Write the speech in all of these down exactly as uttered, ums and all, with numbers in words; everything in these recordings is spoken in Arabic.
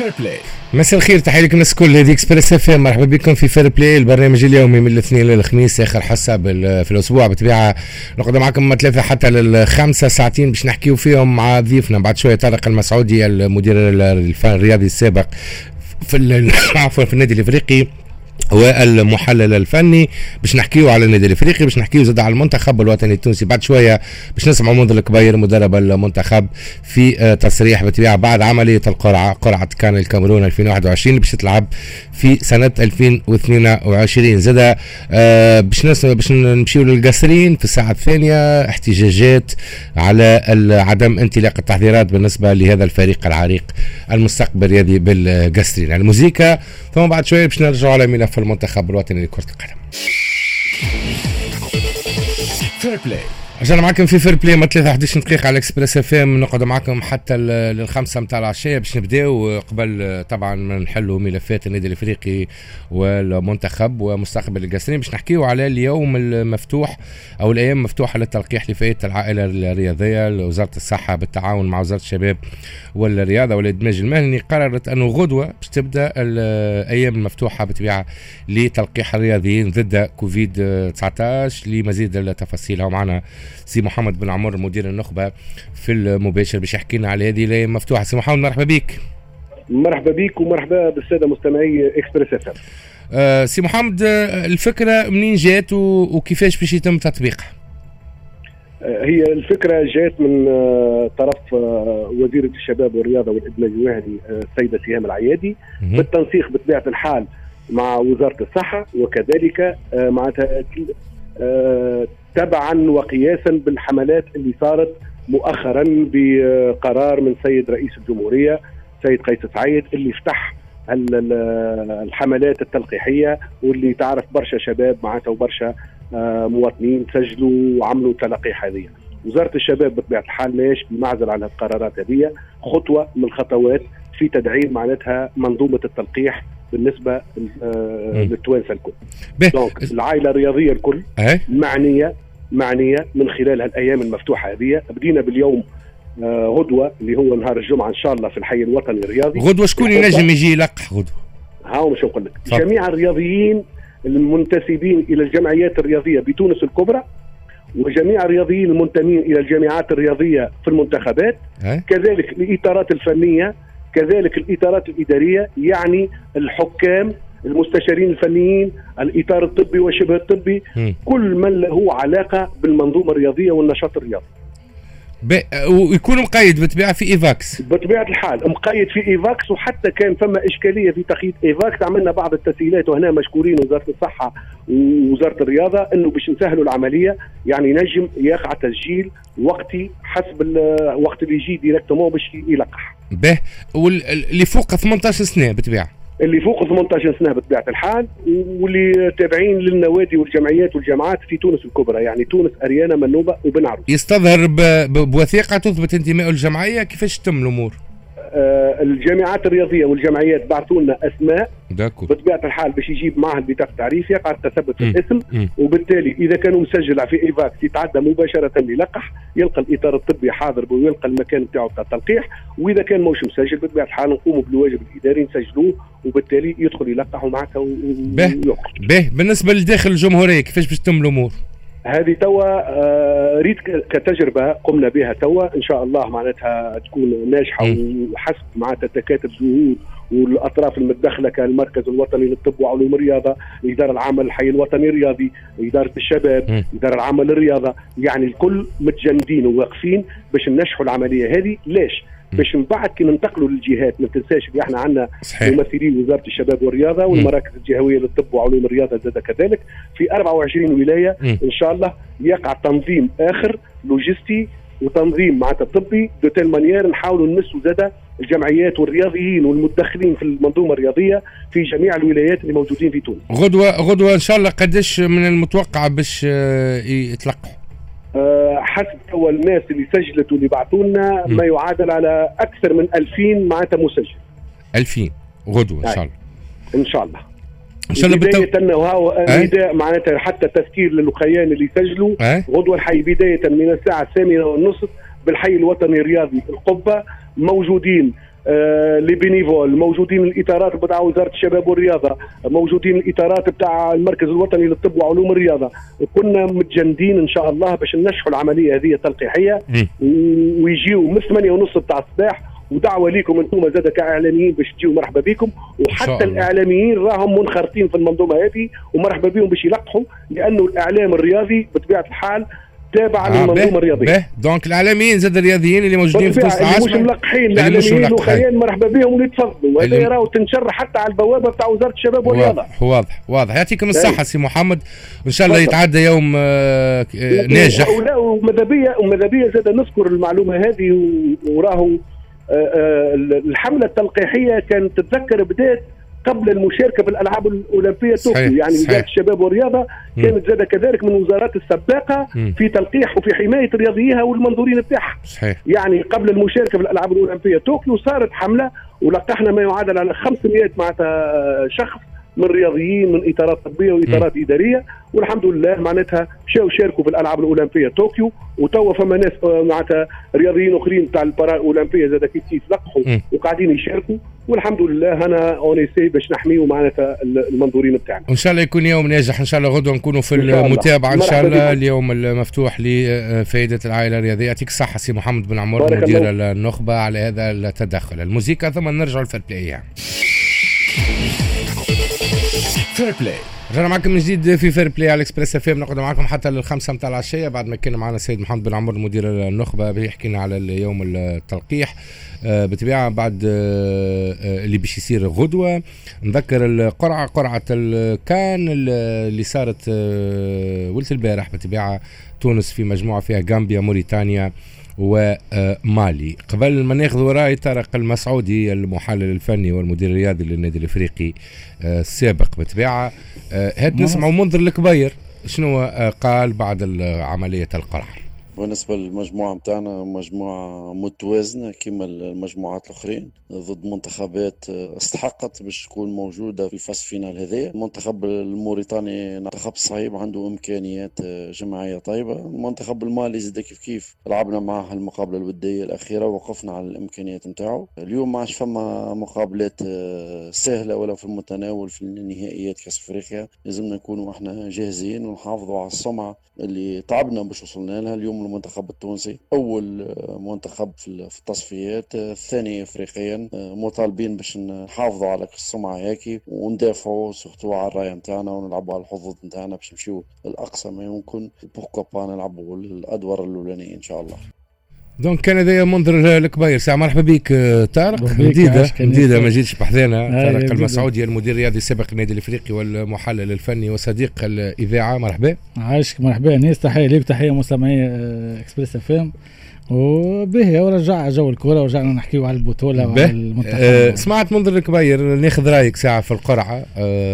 فير بلاي. مساء الخير، تحية لكم الناس الكل. هذه اكسبريس اف ام، مرحبا بكم في فير بلاي، البرنامج اليومي من الاثنين للخميس، اخر حصه في الاسبوع بطبيعه. نقعد معكم من ثلاثه حتى للخمسه، ساعتين باش نحكيو فيهم مع ضيفنا. بعد شويه طارق المسعودي المدير الرياضي السابق في عفوا في النادي الافريقي والمحلل الفني، باش نحكيو على النادي الافريقي، باش نحكيو زاد على المنتخب الوطني التونسي. بعد شويه باش نسمعوا منذر الكبير مدرب المنتخب في تصريح بطبيعه بعد عمليه القرعه، قرعه كان الكاميرون ألفين وواحد وعشرين باش تلعب في سنه ألفين واثنين وعشرين. زاد باش نسمع باش نمشيو للقصرين في الساعه الثانيه، احتجاجات على عدم انطلاق التحضيرات بالنسبه لهذا الفريق العريق المستقبل الرياضي بالقصرين. الموسيقى ثم بعد شويه باش نرجعوا على ملف المنتخب الوطني لكرة القدم. فير بلاي عشان معكم في فير بلاي، ما ثلاثة أحد عشر دقيقة على اكسبريس اف ام. نقعد معكم حتى للخمسة متاع العشية باش نبداو. قبل طبعا ما نحلوا ملفات النادي الافريقي والمنتخب ومستقبل القصرين، باش نحكيو على اليوم المفتوح او الايام المفتوحة للتلقيح لفئات العائلة الرياضية. وزارة الصحة بالتعاون مع وزارة الشباب والرياضة والإدماج المهني قررت انه غدوة باش تبدا الايام المفتوحة بطبيعة لتلقيح الرياضيين ضد كوفيد تسعة عشر. لمزيد التفاصيل معنا سي محمد بن عمر مدير النخبة في المباشر باش يحكي لنا على هذه الايام المفتوحة. سي محمد مرحبا بك. مرحبا بك ومرحبا بالساده مستمعي اكسبريس اف ام. أه سي محمد، الفكره منين جات وكيفاش باش يتم تطبيقها؟ هي الفكره جات من طرف وزيره الشباب والرياضه والادماج المهني السيده سهام العيادي بالتنسيق بطبيعه الحال مع وزاره الصحه، وكذلك معناتها تبعا وقياسا بالحملات اللي صارت مؤخرا بقرار من سيد رئيس الجمهوريه سيد قيس سعيد اللي فتح الحملات التلقيحيه، واللي تعرف برشا شباب معناتها وبرشا مواطنين سجلوا وعملوا تلقيح. هذه وزاره الشباب بطبيعه الحال ماهيش بمعزل عن القرارات، هذه خطوه من الخطوات في تدعيم معناتها منظومه التلقيح بالنسبه للتوانسه الكل. دونك العائله الرياضيه الكل معنيه معنيه من خلال هالايام المفتوحه هذه. بدينا باليوم غدوه اللي هو نهار الجمعه ان شاء الله في الحي الوطني الرياضي. غدوه شكون ينجم يجي يلقح غدوه؟ هاو مش نقول لك، جميع الرياضيين المنتسبين الى الجمعيات الرياضيه بتونس الكبرى، وجميع الرياضيين المنتمين الى الجامعات الرياضيه في المنتخبات، كذلك الاطارات الفنيه، كذلك الاطارات الاداريه، يعني الحكام، المستشارين الفنيين، الاطار الطبي وشبه الطبي، م. كل من له علاقه بالمنظومه الرياضيه والنشاط الرياضي. ويكون مقيد بطبيعه في ايفاكس بطبيعه الحال، مقيد في ايفاكس. وحتى كان فما اشكاليه في تقييد ايفاكس، عملنا بعض التسهيلات، وهنا مشكورين وزاره الصحه ووزاره الرياضه انه باش نسهلوا العمليه، يعني نجم يقع تسجيل وقتي حسب الوقت اللي يجي ديريكتومون باش يلقح. به واللي فوق ثمانية عشر سنه بطبيعه اللي فوق ثمانية عشر سنه بطبيعه الحال، واللي تابعين للنوادي والجمعيات والجامعات في تونس الكبرى، يعني تونس، اريانا، منوبه وبن عروس. يستظهر بوثيقه تثبت انتمائه للجمعيه. كيفاش تتم الامور؟ آه الجامعات الرياضيه والجمعيات بعثوا لنا اسماء داكو. بطبيعه الحال باش يجيب معها بطاقه تعريف، يقع التثبت في الاسم، وبالتالي اذا كانوا مسجل في ايفاكس يتعدى مباشره للقح، يلقى الاطار الطبي حاضر ويلقى المكان بتاعه بتاع التلقيح. واذا كان موش مسجل بطبيعه الحال نقوموا بالواجب الاداري نسجلوه، وبالتالي يدخل يلقح ومعك ويخرج. به بالنسبه لداخل الجمهوريه كيفاش باش تتم الامور؟ هذه توا آه ريت كتجربه قمنا بها توا، ان شاء الله معناتها تكون ناجحه، وحسب معناتها تكاتف جهود والاطراف المتدخله كالمركز الوطني للطب وعلوم الرياضه، الاداره العامه للحي الوطني الرياضي، اداره الشباب، الاداره العامه للرياضه، يعني الكل متجندين وواقفين باش ننجحوا العمليه هذه. ليش؟ باش من بعد كي ننتقلوا للجهات، ما تنساش اللي احنا عندنا ممثلين وزاره الشباب والرياضه والمراكز الجهويه للطب وعلوم الرياضه زاد كذلك في أربعة وعشرين ولايه. م. ان شاء الله يقع تنظيم اخر لوجستي وتنظيم معناتها طبي دو تيل مانيير نحاولوا نمسوا زاد الجمعيات والرياضيين والمدخلين في المنظومه الرياضيه في جميع الولايات اللي موجودين في تونس. غدوه غدوه ان شاء الله قداش من المتوقع باش يتلقحوا؟ أه حسب توا الناس اللي سجلت واللي بعثوا لنا ما يعادل على اكثر من ألفين معناتها مسجل. ألفين غدوه ان شاء الله. ان شاء الله. ان شاء الله بدايه وهو نداء معناتها حتى تذكير للقيان اللي سجلوا. أه؟ غدوه الحي بدايه من الساعه الثامنه والنصف بالحي الوطني الرياضي القبه، موجودين آه لي بينيفول، موجودين الاطارات بتاع وزاره الشباب والرياضه، موجودين الاطارات بتاع المركز الوطني للطب وعلوم الرياضه. كنا متجندين ان شاء الله باش ننجحوا العمليه هذه التلقيحيه ويجيو من ثمانية ونص بتاع الصباح. ودعوه ليكم انتم زاد كاعلاميين باش تجيو مرحبا بكم، وحتى الاعلاميين راهم منخرطين في المنظومه هذه ومرحبا بهم باش يلقحوا، لانه الاعلام الرياضي بطبيعه الحال تابع آه للمنظومه الرياضيه. دونك الاعلاميين زاد الرياضيين اللي موجودين في وسط العاصمه مش ملقحين، الاعلاميين وخيان مرحبا بهم ويتفضلوا. هذا راهو تنشر حتى على البوابه بتاع وزاره الشباب والرياضه. واضح واضح واضح. يعطيكم الصحه سي محمد، وان شاء الله يتعدى يوم آه ناجح. وماذا بيا وماذا بيا زاد نذكر المعلومه هذه، وراهو الحمله التلقيحيه كانت تتذكر بدات قبل المشاركه بالالعاب الاولمبيه طوكيو، يعني وزاره الشباب والرياضه كانت زاده كذلك من الوزارات السباقه م. في تلقيح وفي حمايه رياضيها والمنظورين بتاعها. يعني قبل المشاركه بالالعاب الاولمبيه طوكيو صارت حمله ولقحنا ما يعادل على خمسمائة معناتها شخص من رياضيين من اطارات طبيه واطارات م. اداريه، والحمد لله معناتها مشاو شاركوا في الالعاب الاولمبيه طوكيو. وتوا فما ناس معناتها رياضيين اخرين تاع البارا اولمبيه زاد كيف كيف لقحوا م. وقاعدين يشاركوا، والحمد لله هنا اونيسي باش نحميوا معناتها المنظورين بتاعنا. وان شاء الله يكون يوم ناجح ان شاء الله. غدوه نكونوا في المتابعه ان شاء الله. اليوم المفتوح لفائده العائله الرياضيه. يعطيك الصحه سي محمد بن عمر مدير النخبه على هذا التدخل. الموسيقى ثم نرجع للفير بلاي. فير بلاي رجعنا معكم من جديد في فير بلاي على الاكسبريس اف ام. نقعد معكم حتى للخمسة متاع العشيه بعد ما كان معنا السيد محمد بن عمر مدير النخبه بيحكي لنا على اليوم التلقيح. آه بتبيعها بعد آه اللي باش يصير غدوه. نذكر القرعه قرعه الكان اللي صارت آه ولت البارح بتبيعها تونس في مجموعه فيها غامبيا موريتانيا ومالي. قبل ما ناخذ راي طارق المسعودي المحلل الفني والمدير الرياضي للنادي الافريقي السابق بتبيعه، هات نسمعوا منذر الكبير شنو قال بعد عمليه القرعه. بالنسبة للمجموعة متاعنا مجموعة متوازنة كما المجموعات الأخرين ضد منتخبات استحقت باش تكون موجودة في الفاس فينال هذا. المنتخب الموريتاني منتخب صعيب عنده إمكانيات جماعية طيبة. المنتخب المالي زاد كيف كيف لعبنا معه المقابلة الودية الأخيرة ووقفنا على الإمكانيات متاعه. اليوم ما عادش فما مقابلات سهلة ولا في المتناول في النهائيات كأس أفريقيا. لازمنا نكونوا احنا جاهزين ونحافظوا على السمعة اللي تعبنا باش وصلنا لها. اليوم المنتخب التونسي أول منتخب في التصفيات، الثاني إفريقيا، مطالبين باش نحافظوا على السمعة هيك وندافعوا سورتو على الراية نتاعنا ونلعبوا على الحظوظ نتاعنا باش نمشيو الأقصى ما يمكن. بوركوا با نلعبوا الأدوار الأولانية إن شاء الله. دونك كان هذا منظر الكبير. ساعة مرحبا بك طارق جديدة جديدة ما جيتش بحذانا. طارق المسعودي المدير الرياضي السابق للنادي الافريقي والمحلل الفني وصديق الاذاعه. مرحبا. عايشك مرحبا ناس. تحيه ليك تحيه مستمعي اكسبريس اف ام. وبه ورجع جو الكره ورجعنا نحكيو على البطوله وعلى المنتخب. أه سمعت منظر الكبير. ناخذ رايك ساعه في القرعه.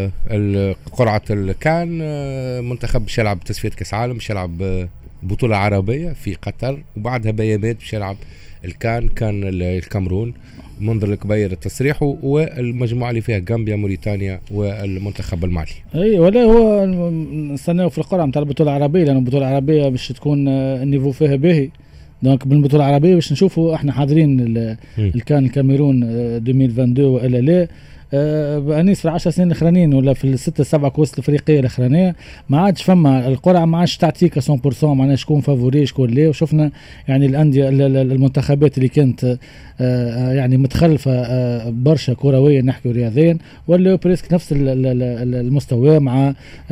أه قرعه الكان. أه منتخب باش يلعب تصفيات كاس عالم، باش يلعب بطولة عربية في قطر، وبعدها بيامات باش يلعب الكان كان الكاميرون. منظر الكبير التصريح والمجموعة اللي فيها غامبيا موريتانيا والمنتخب المالي. اي ولا هو نستناو في القرعة نتاع البطولة العربية، لأن البطولة العربية باش تكون النيفو فيها باهي. دونك بالبطولة العربية باش نشوفوا احنا حاضرين الكان الكاميرون ألفين واثنين وعشرين ولا لا. آه انيس في العشر سنين الاخرانيين ولا في الستة سبعة كؤوس الافريقيه الاخرانيه ما عادش فما القرعه ما عادش تعطيك مية بالمية معناها شكون فافوري شكون لا. وشفنا يعني الانديه المنتخبات اللي كانت آه يعني متخلفه آه برشا كرويا نحكي رياضيا ولا بريسك نفس المستوى مع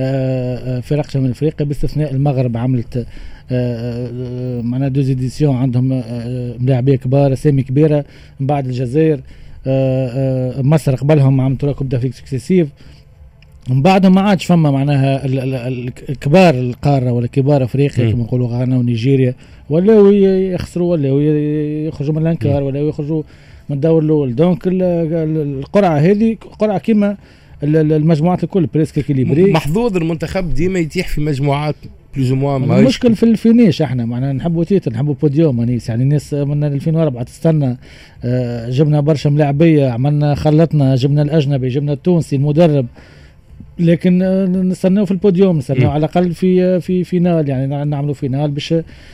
آه فرق شمال افريقيا باستثناء المغرب. عملت آه معناها دوزيديسيون عندهم آه ملاعبيه كبار اسامي كبيره من بعد الجزائر. آآ آآ مصر قبلهم عم ترى كوب دافريك سكسيسيف من بعدهم ما عادش فما معناها الكبار القاره ولا كبار افريقيا كما نقولوا غانا ونيجيريا ولا يخسروا ولا يخرجوا من الانكار ولا يخرجوا من الدور الاول. دونك القرعه هذه قرعه كيما المجموعات الكل بريسك كيليبري. محظوظ المنتخب ديما يتيح في مجموعات بلوز موا. المشكل في الفينيش احنا معنا نحبوا تيتر نحبوا بوديوم انيس. يعني الناس من ألفين وأربعة تستنى. آه جبنا برشا ملاعبيه عملنا خلطنا جبنا الاجنبي جبنا التونسي المدرب لكن نستناو في البوديوم، نستناو على الاقل في في فينال، يعني نعملوا فينال باش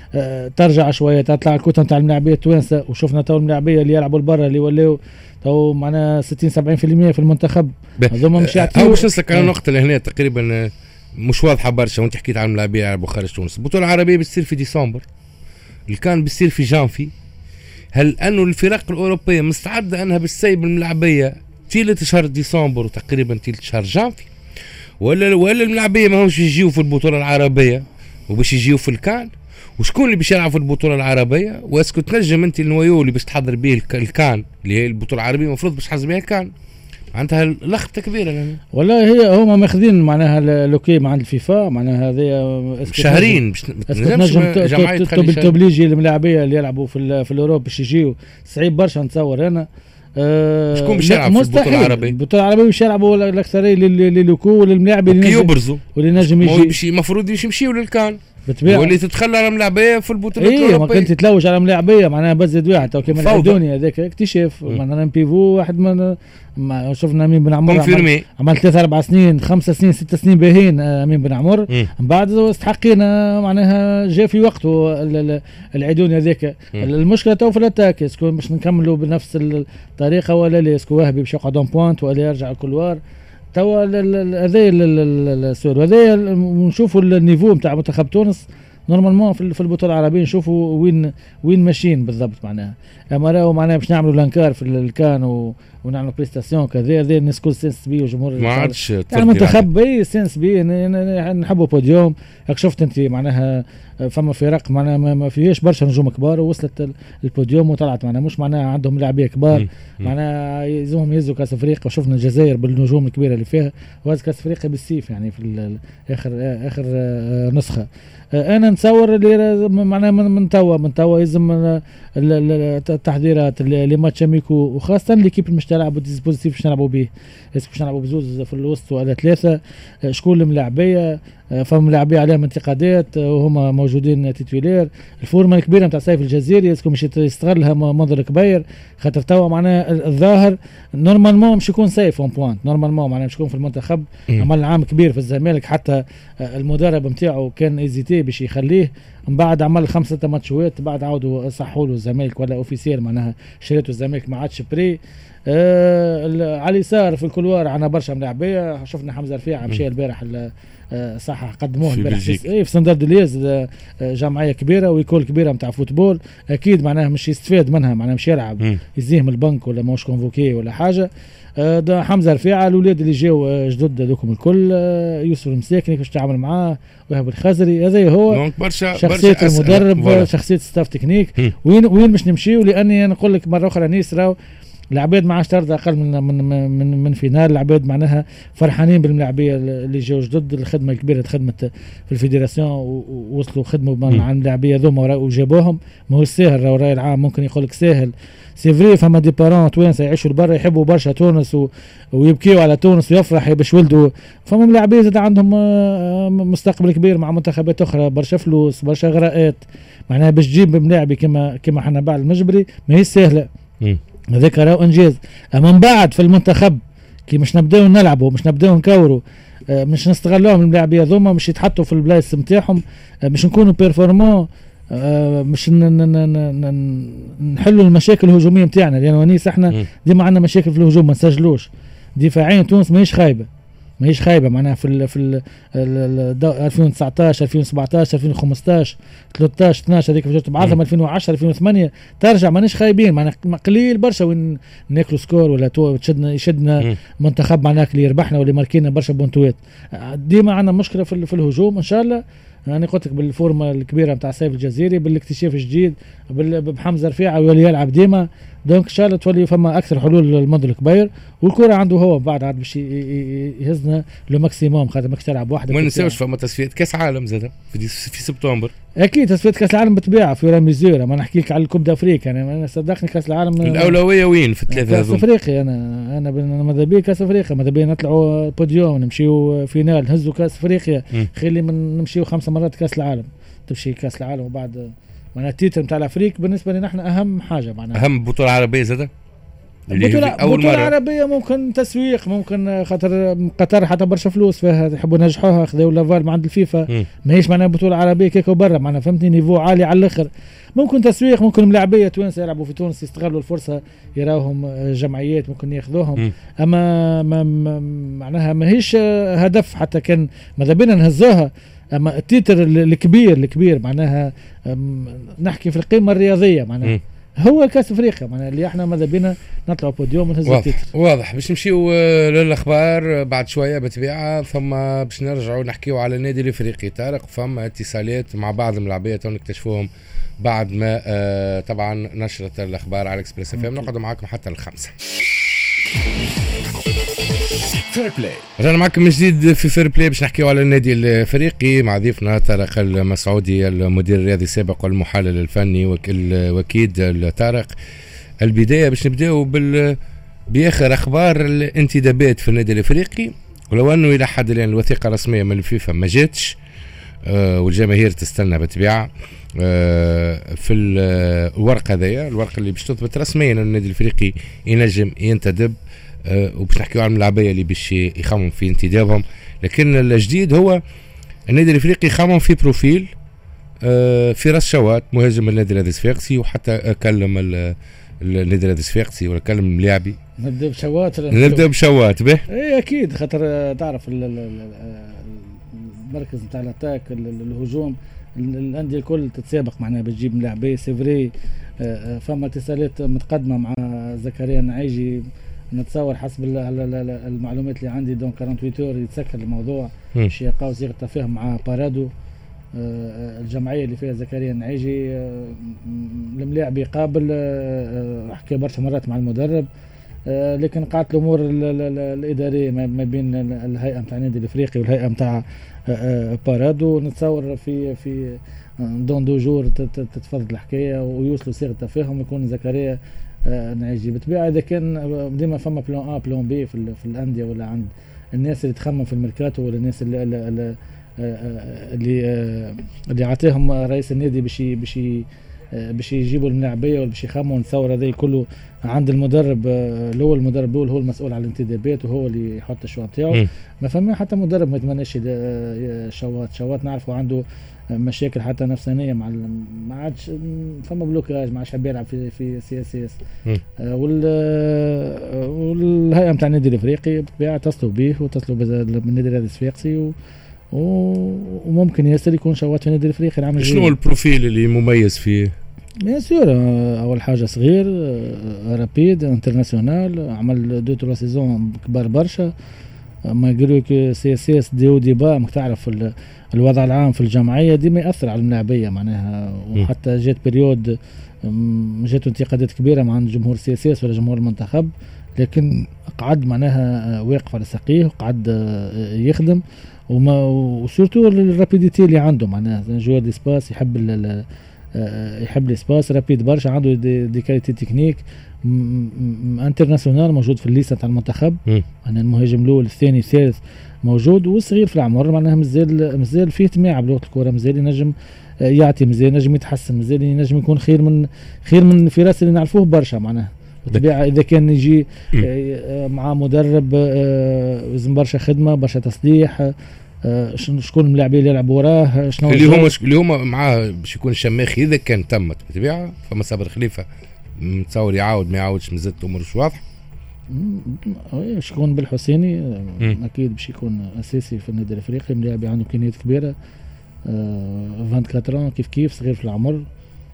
ترجع شويه تطلع الكوتا نتاع الملاعبيه التوانسه. وشفنا تو الملاعبيه اللي يلعبوا لبرا اللي ولاو تو معنا ستين سبعين بالمئة في المنتخب، هذوما مش يعطيو. او باش نسلك على النقطه اللي هنا تقريبا مش واضحه برشا، وانت حكيت عن الملاعبيه يلعبوا خارج تونس. البطوله العربيه بتصير في ديسمبر، اللي كان بيصير في جانفي. هل انه الفرق الاوروبيه مستعده انها بالسيب الملاعبيه تيلة شهر ديسمبر وتقريبا تيلة شهر جانفي، ولا ولا الملاعبيه ما همش يجيو في البطوله العربيه وباش يجيو في الكان؟ وشكون اللي باش يلعب في البطوله العربيه؟ واسكو تنجم انت النويو اللي باش تحضر به الكان اللي هي البطوله العربيه المفروض باش تحضر بها الكان؟ معناتها لخبطه كبيره لأنه. والله هي هما ماخذين معناها لوكي مع الفيفا، معناها هذه شهرين باش تنجم تبليجي الملاعبيه اللي يلعبوا في في الاوروب باش يجيو. صعيب برشا نتصور انا. أه شكون باش يلعب في البطوله العربيه؟ البطوله العربيه باش يلعبوا الاكثريه للوكو وللملاعب اللي يبرزوا واللي نجم يجي. المفروض يمشيوا للكان بالطبيعه واللي تتخلى على ملاعبيه في البطوله ايه الاوروبيه. ما كنت تتلوج على ملاعبيه معناها بزد واحد تو كيما العدوني هذاك اكتشاف معناها بيفو واحد من ما شفنا امين بن عمر عمل, عمل ثلاثة أربع سنين خمس سنين ست سنين باهين امين بن عمر. من بعد استحقينا معناها جاء في وقته العدوني هذاك. المشكله تو في الاتاك اسكو باش نكملوا بنفس الطريقه ولا لا؟ اسكو وهبي باش يقعد اون بوينت ولا يرجع الكولوار؟ توا هذا السؤال هذا نشوفوا النيفو نتاع منتخب تونس نورمالمون في البطوله العربيه، نشوفوا وين وين ماشيين بالضبط. معناها اما راهو معناها باش نعملوا لانكار في الكان ونعملوا بريستاسيون كذا، هذا الناس كل سنس بي وجمهور ما عادش المنتخب اي سنس بي نحبوا بوديوم. هاك شفت انت معناها فما فرق معناها ما فيهاش برشا نجوم كبار ووصلت البوديوم وطلعت معناها مش معناها عندهم لاعبيه كبار معناها يزوهم يهزوا كاس افريقيا. وشفنا الجزائر بالنجوم الكبيره اللي فيها وهز كاس افريقيا بالسيف يعني في اخر اخر نسخه. انا نتصور اللي معناها من توا من توا يلزم التحضيرات لماتش اميكو وخاصه ليكيب اللي مش تلعبوا ديسبوزيتيف باش نلعبوا به. باش نلعبوا بزوز في الوسط ولا ثلاثه؟ شكون الملاعبيه؟ فما ملاعبيه عليهم انتقادات وهم موجودين تيتولير. الفورمه الكبيره نتاع سيف الجزيري اسكو مش يستغلها منظر كبير خاطر توا معناها الظاهر نورمالمون مش يكون سيف اون بوينت نورمالمون معناها مش يكون في المنتخب. عمل عام كبير في الزمالك حتى المدرب نتاعو كان ايزيتي باش يخليه. من بعد عمل خمسة ماتشات بعد عاودوا صحوا له الزمالك ولا اوفيسيال معناها شريته الزمالك ما عادش بري. آه على اليسار في الكولوار عنا برشا ملاعبيه. شفنا حمزه رفيع مشى البارح صح قدموه البارح في, في سندر دليز جمعيه كبيره ويكول كبيره نتاع فوتبول اكيد معناها مش يستفاد منها معناها مش يلعب يزيه من البنك ولا ماهوش كونفوكي ولا حاجه. ده حمزه رفيعه الاولاد اللي جاوا جدد هذوكم الكل يوسف المساكني كيفاش تعامل معاه وهب الخزري هذا هو شخصيه المدرب شخصيه ستاف تكنيك. وين وين باش نمشيو؟ لاني نقول لك مره اخرى نيس راهو العباد ما عادش ترضى اقل من من من, من فينال. العباد معناها فرحانين بالملاعبيه اللي جاوا جدد الخدمه الكبيره اللي خدمت في الفيدراسيون ووصلوا خدموا مع الملاعبيه ذوما وجابوهم. ما هو ساهل راهو العام ممكن يقول لك ساهل سي فري. فما دي بارون توانسه يعيشوا لبرا يحبوا برشا تونس ويبكيوا على تونس ويفرح باش ولدوا. فما ملاعبيه زاد عندهم مستقبل كبير مع منتخبات اخرى برشا فلوس برشا غراءات معناها باش تجيب ملاعبي كما كما حنا بعد المجبري ما هي سهله. هذاك راهو انجاز. اما من بعد في المنتخب كي مش نبداو نلعبوا مش نبداو نكوروا مش نستغلوهم الملاعبيه ذوما مش يتحطوا في البلايص نتاعهم مش نكونوا بيرفورمون مش نحلوا المشاكل الهجوميه نتاعنا. لان ونيس احنا ديما عندنا مشاكل في الهجوم ما نسجلوش. دفاعيا تونس ماهيش خايبه ماهيش خايبه معناها في ال في ال ألفين وتسعطاش ألفين وسبعطاش ألفين وخمسطاش ثلاثطاش اثناش هذيك فجرت بعضهم ألفين وعشرة ألفين وثمانية ترجع ماناش خايبين معناها قليل برشا وين ناكلوا سكور ولا تشدنا يشدنا منتخب معناها اللي يربحنا ولا ماركينا برشا بونتوات. ديما عندنا مشكله في, في الهجوم. ان شاء الله يعني قلت لك بالفورمه الكبيره نتاع سيف الجزيري بالاكتشاف الجديد بحمزه رفيعه واللي يلعب ديما دونك ان شاء الله تولي فما اكثر حلول للمنظر الكبير والكره عنده هو بعد عاد باش يهزنا لو ماكسيموم خاطر ماكش تلعب وحده. ما ننساوش فما تصفيات كاس عالم زاد في, في سبتمبر. اكيد تصفيات كاس العالم بتبيع في راميزيرا. ما نحكي لك على الكوب دافريقيا يعني انا صدقني كاس العالم الاولويه وين في الثلاثه هذول؟ كاس افريقيا. انا انا ماذا بيا كاس افريقيا ماذا بيا نطلعوا بوديوم نمشيو فينال نهزوا كاس افريقيا خلي من نمشيو خمس مرات كاس العالم تمشي كاس العالم وبعد معناها التيتر نتاع الافريق بالنسبه لنا احنا اهم حاجه معناها اهم بطوله عربيه زاده بطولة, بطولة عربية ممكن تسويق، ممكن خاطر قطر حتى برشا فلوس فيها يحبوا ينجحوها، خذوا لافال مع عند الفيفا، ماهيش معناها بطولة عربية كيك وبرا معناها فهمتني نيفو عالي على الاخر. ممكن تسويق، ممكن ملاعبية توانسة يلعبوا في تونس يستغلوا الفرصة يراوهم جمعيات ممكن ياخذوهم، اما ما معناها ماهيش هدف حتى كان ماذا بينا نهزوها. اما التيتر الكبير الكبير معناها نحكي في القيمة الرياضية معناها هو كاس افريقيا معناها اللي احنا ماذا بينا نطلعوا بوديوم ونهزوا التيتر. واضح. باش نمشيو للاخبار بعد شويه بطبيعه، ثم باش نرجعوا نحكيو على النادي الافريقي. طارق فما اتصالات مع بعض الملاعبيه نكتشفوهم بعد ما آه طبعا نشرت الاخبار على اكسبريس اف ام. نقعدوا معاكم حتى الخمسه. فير بلاي رجعنا معكم من جديد في فير بلاي باش نحكيو على النادي الافريقي مع ضيفنا طارق المسعودي المدير الرياضي السابق والمحلل الفني وكيل طارق. البدايه باش نبداو بال باخر اخبار الانتدابات في النادي الافريقي، ولو انه الى حد الان الوثيقه الرسميه من الفيفا ما جاتش آه والجماهير تستنى بالطبيعه آه في الورقه هذيا، الورقه اللي باش تثبت رسميا ان النادي الافريقي ينجم ينتدب أه وباش نحكيو عن الملاعبيه اللي باش يخمم في انتدابهم. لكن الجديد هو النادي الافريقي يخمم في بروفيل أه في راس شوات مهاجم النادي الصفاقسي، وحتى كلم النادي الصفاقسي ولا كلم الملاعبي. نبدا بشوات نبدا بشوات به اي اكيد خاطر تعرف المركز نتاع الاتاك الهجوم الانديه الكل تتسابق معناها بتجيب ملاعبيه سيفري. أه فما اتصالات متقدمه مع زكريا النعيجي نتصور حسب المعلومات اللي عندي دون ثمانية وأربعين اور يتسكر الموضوع باش يلقاو صيغه تفاهم مع بارادو الجمعيه اللي فيها زكريا النعيجي. الملاعب يقابل حكى برشا مرات مع المدرب، لكن قاعت الامور الاداريه ما بين الهيئه نتاع النادي الافريقي والهيئه نتاع بارادو. نتصور في في دون دو جور تتفضل الحكايه ويوصلوا صيغه تفاهم يكون زكريا نعيجي. بالطبيعه اذا كان ديما فما بلان ا بلان بي في, في الانديه ولا عند الناس اللي تخمم في الميركاتو ولا الناس اللي اللي اللي, اللي عطيهم رئيس النادي باش باش باش يجيبوا الملاعبيه ولا باش يخمموا. نتصور هذا كله عند المدرب الاول، المدرب الاول هو المسؤول على الانتدابات وهو اللي يحط الشوا نتاعو. ما فما حتى مدرب ما يتمناش شوات شوات نعرفوا عنده مشاكل حتى نفسانيه مع ما عادش فما بلوكاج، ما عادش حاب يلعب في في سي اس اس. وال والهيئه نتاع النادي الافريقي بالطبيعه اتصلوا به واتصلوا بالنادي الرياضي الصفاقسي وممكن ياسر يكون شوات في النادي الافريقي العام. شنو البروفيل اللي مميز فيه؟ بيان سور اول حاجه صغير رابيد انترناسيونال، عمل دو تروا سيزون كبار برشا. ما يقولوا لك سي اس اس دي او دي با ما تعرف الوضع العام في الجمعيه ديما ياثر على الملاعبيه معناها. وحتى جات بريود جات انتقادات كبيره مع جمهور سي اس اس ولا جمهور المنتخب، لكن قعد معناها واقف على ساقيه وقعد يخدم. وما وسورتو الرابيديتي اللي عنده معناها جوار دي سباس يحب ال يحب الاسباس رابيد برشا، عنده دي, دي كاليتي تكنيك انترناسيونال موجود في الليسته تاع المنتخب. انا المهاجم الاول الثاني الثالث موجود، وصغير في العمر معناها مازال مازال فيه تماع بلغه الكره، مازال ينجم يعطي، مازال ينجم يتحسن، مازال ينجم يكون خير من خير من فراس اللي نعرفوه برشا معناها. بالطبيعه اذا كان يجي مع مدرب لازم برشا خدمه برشا تصليح. شكون اللاعبين اللي يلعبوا وراه شنو اللي هما اللي هما معاه باش يكون الشماخي اذا كان تمت بالطبيعه. فما صابر خليفه متصور يعاود ما يعاودش مازال الامور مش واضح. شكون بالحسيني اكيد باش يكون اساسي في النادي الافريقي، ملاعب عنده امكانيات كبيره. أربعة وعشرين كيف كيف صغير في العمر،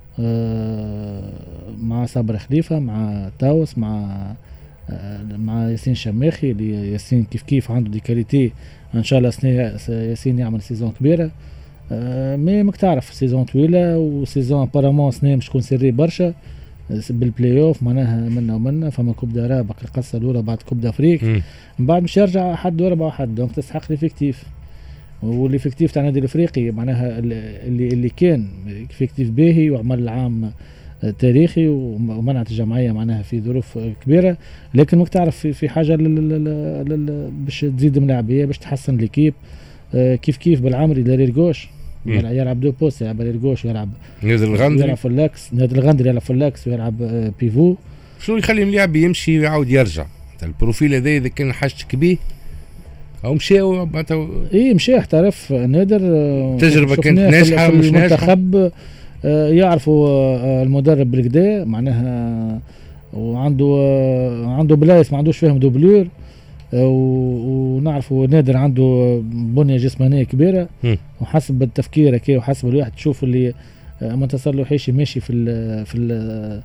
مع صابر خليفه مع تاوس مع مع ياسين شماخي اللي ياسين كيف كيف عنده دي كاليتي ان شاء الله سنه ياسين يعمل سيزون كبيره. أه مي ماك تعرف سيزون طويله وسيزون ابارامون سنه مش تكون سيري برشا بالبلاي اوف معناها منا ومنا. فما كوب دارابك القصه الاولى بعد كوب دافريك من بعد مش يرجع حد ورا واحد، دونك تستحق ليفيكتيف. والليفيكتيف تاع النادي الافريقي معناها اللي اللي كان افكتيف باهي وعمل العام تاريخي ومنعت الجمعيه معناها في ظروف كبيره، لكن ماك تعرف في في حاجه باش تزيد ملاعبيه باش تحسن ليكيب. كيف كيف بالعمري دارير جوش يلعب دو بوست، يلعب دارير جوش ويلعب نادي الغندري يلعب فلاكس، نادي الغندري يلعب فلاكس ويلعب بيفو. شنو يخلي اللاعب يمشي ويعاود يرجع؟ البروفيل هذا اذا كان حاجتك به او مشى معناتها اي مشى احترف نادر. تجربه كانت ناجحه مش ناجحه. المنتخب يعرفوا المدرب بالكدا معناها، وعنده عنده بلايص ما عندوش فيهم دوبلور، ونعرفوا نادر عنده بنيه جسمانيه كبيره، وحسب التفكير كي وحسب الواحد تشوف اللي منتصر لوحيشي ماشي في ال في ال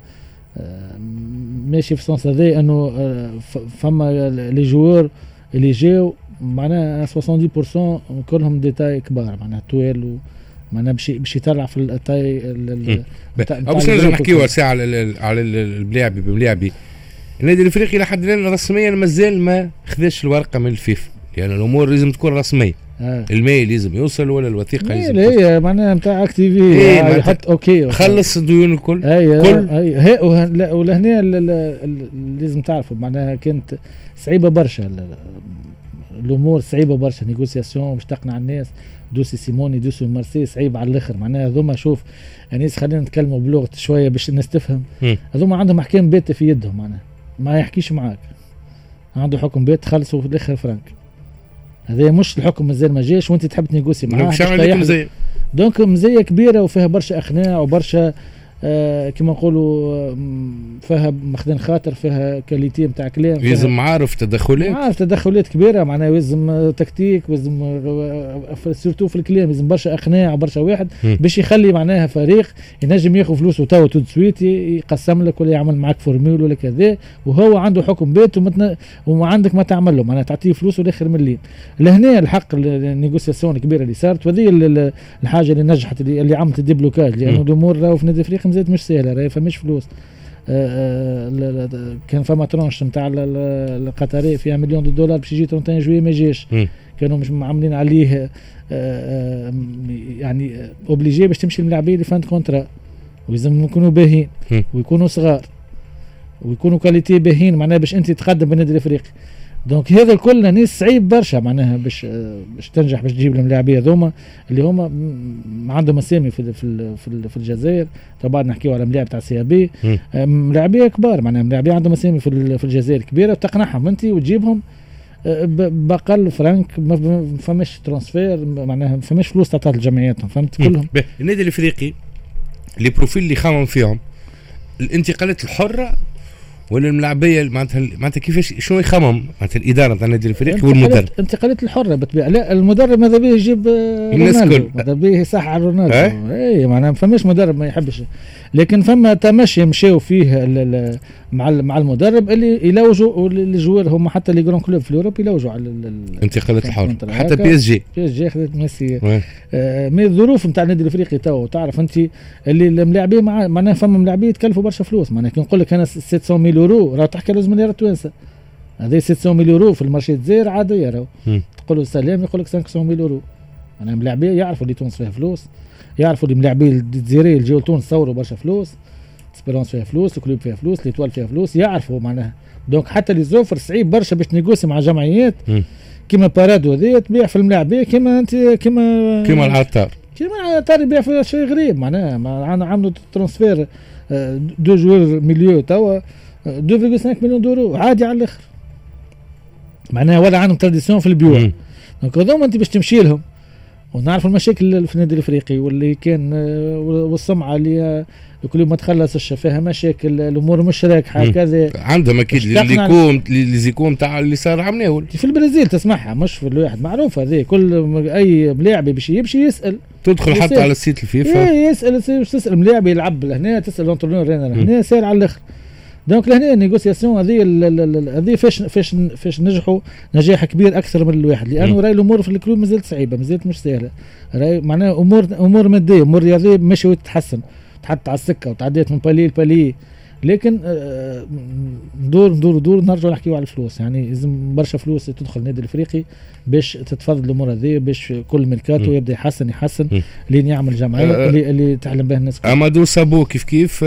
ماشي في السونس هذا، انه فما لي جوار اللي جاو معناها سبعين بالمئة كلهم ديتاي كبار معناها طويل، معناها باش باش يطلع في التاي او باش نرجع نحكيو ساعه على على الملاعبي بملاعبي. النادي الافريقي لحد الان رسميا مازال ما خذاش الورقه من الفيفا، لان يعني الامور لازم تكون رسميه. آه. الماء لازم يوصل ولا الوثيقه لازم توصل. هي معناها نتاع اكتيفي إيه يحط اوكي خلص الديون الكل. اي كل اي هي ولهنا لازم تعرفوا معناها كانت صعيبه برشا الامور، صعيبه برشا نيغوسياسيون باش تقنع الناس. دوسي سيموني دوسي مارسي صعيب على الاخر معناها. هذوما شوف الناس خلينا نتكلموا بلغه شويه باش الناس تفهم. هذوما عندهم احكام بيت في يدهم معناها، ما يحكيش معاك، عنده حكم بيت خلصوا في الاخر فرانك. هذا مش الحكم مازال ما جاش وانت تحب تنيغوسي معاه. دونك مزيه كبيره وفيها برشا اقناع وبرشا آه كما نقولوا فيها مخدن خاطر، فيها كاليتي نتاع كلام، لازم عارف تدخلات عارف تدخلات كبيره معناها، لازم تكتيك، لازم سورتو في الكلام، لازم برشا اقناع وبرشا واحد م. باش يخلي معناها فريق ينجم ياخذ فلوسه تو تو سويت يقسم لك ولا يعمل معك فورمول ولا كذا، وهو عنده حكم بيت ومتن... وعندك ما تعمل له معناها تعطيه فلوسه الاخر مليون. لهنا الحق النيغوسياسيون الكبيره اللي صارت، وهذه الحاجه اللي نجحت اللي, اللي عملت الديبلوكاج، لانه الامور راهو في نادي افريقيا مازالت مش سهله، راهي فماش فلوس. آآ آآ كان فما ترونش نتاع القطري فيها مليون دولار باش يجي ثلاثة وعشرين جويي ما جاش، كانوا مش عاملين عليه يعني اوبليجي باش تمشي الملاعبين اللي فاند كونترا، ولازم يكونوا باهين ويكونوا صغار ويكونوا كاليتي باهين معناها باش انت تقدم بالنادي الافريقي. دونك هذا الكل ناس صعيب برشا معناها باش باش تنجح باش تجيب الملاعبيه هذوما اللي هما عندهم اسامي في في في الجزائر. طبعا نحكيو على ملاعب تاع سي بي، ملاعبيه كبار معناها ملاعبيه عندهم اسامي في في الجزائر كبيره، وتقنعهم انت وتجيبهم باقل فرانك، ما فماش ترانسفير معناها ما فماش فلوس تعطات لجمعياتهم، فهمت كلهم. النادي الافريقي اللي بروفيل اللي خامم فيهم الانتقالات الحره ولا الملاعبيه معناتها معناتها كيفاش شنو يخمم معناتها الاداره تاع النادي الافريقي والمدرب؟ انتقالات الحره بالطبيعه. لا المدرب ماذا بيه يجيب رونالدو، ماذا بيه يصح على رونالدو. اي معناها ما فماش مدرب ما يحبش، لكن فما تمشي مشاو فيه مع مع المدرب اللي يلوجوا الجوار هم حتى اللي جرون كلوب في الاوروب يلوجوا على الانتقالات الحره. حتى بي اس جي بي اس جي اخذت ميسي. آه من الظروف نتاع النادي الافريقي تو تعرف انت اللي الملاعبين مع معناها فما ملاعبين يتكلفوا برشا فلوس معناها كي نقول لك انا ستمائة ميل يورو راه تحكي لازم مليار توانسه. هذه ستمائة ميل يورو في المارشي الجزائر عاديه، راهو تقول له سلام يقول لك خمسمائة ميل يورو. انا ملاعبين يعرفوا اللي تونس فيها فلوس، يعرفوا اللي ملاعبين الجزائريين اللي جاوا لتونس صوروا برشا فلوس، سبيرونس فيها فلوس، الكلوب فيها فلوس، ليتوال فيها فلوس، يعرفوا معناها. دونك حتى لي زوفر صعيب برشا باش تنيغوسي مع جمعيات كيما بارادو هذه تبيع في الملاعبيه كيما انت كيما كيما العطار كيما العطار يبيع في شيء غريب معناها. عملوا ترانسفير دو جوار ميليو توا اثنين فاصلة خمسة مليون دورو عادي على الاخر معناها، ولا عندهم تراديسيون في البيوع. دونك هذوما انت باش تمشي لهم، ونعرف المشاكل في النادي الافريقي واللي كان والسمعه اللي الكل ما تخلصش فيها مشاكل، الامور مش راكحه كذا. عندهم اكيد اللي يكون اللي زيكون تاع اللي صار عمناول في البرازيل تسمعها، مش في الواحد معروف هذه. كل اي ملاعبي باش يمشي يسال، تدخل حتى على السيت الفيفا ايه يسال باش تسال ملاعبي يلعب لهنا، تسال الانترونور هنا سال على الاخر. دونك لهنا النيغوسياسيون هذه هذه فاش فاش فاش نجحوا نجاح كبير اكثر من الواحد، لانه راي الامور في الكلوب مازالت صعيبه، مازالت مش سهله. راي معناها امور امور ماديه امور رياضيه ماشي وتتحسن، تحط على السكه وتعديت من بالي لبالي، لكن آه ندور ندور ندور نرجعوا نحكيوا على الفلوس. يعني لازم برشا فلوس تدخل النادي الافريقي باش تتفضل الامور هذه، باش كل ميركاتو يبدا يحسن يحسن لين يعمل جمعيه أه اللي اللي تحلم بها الناس. امادو سابو كيف كيف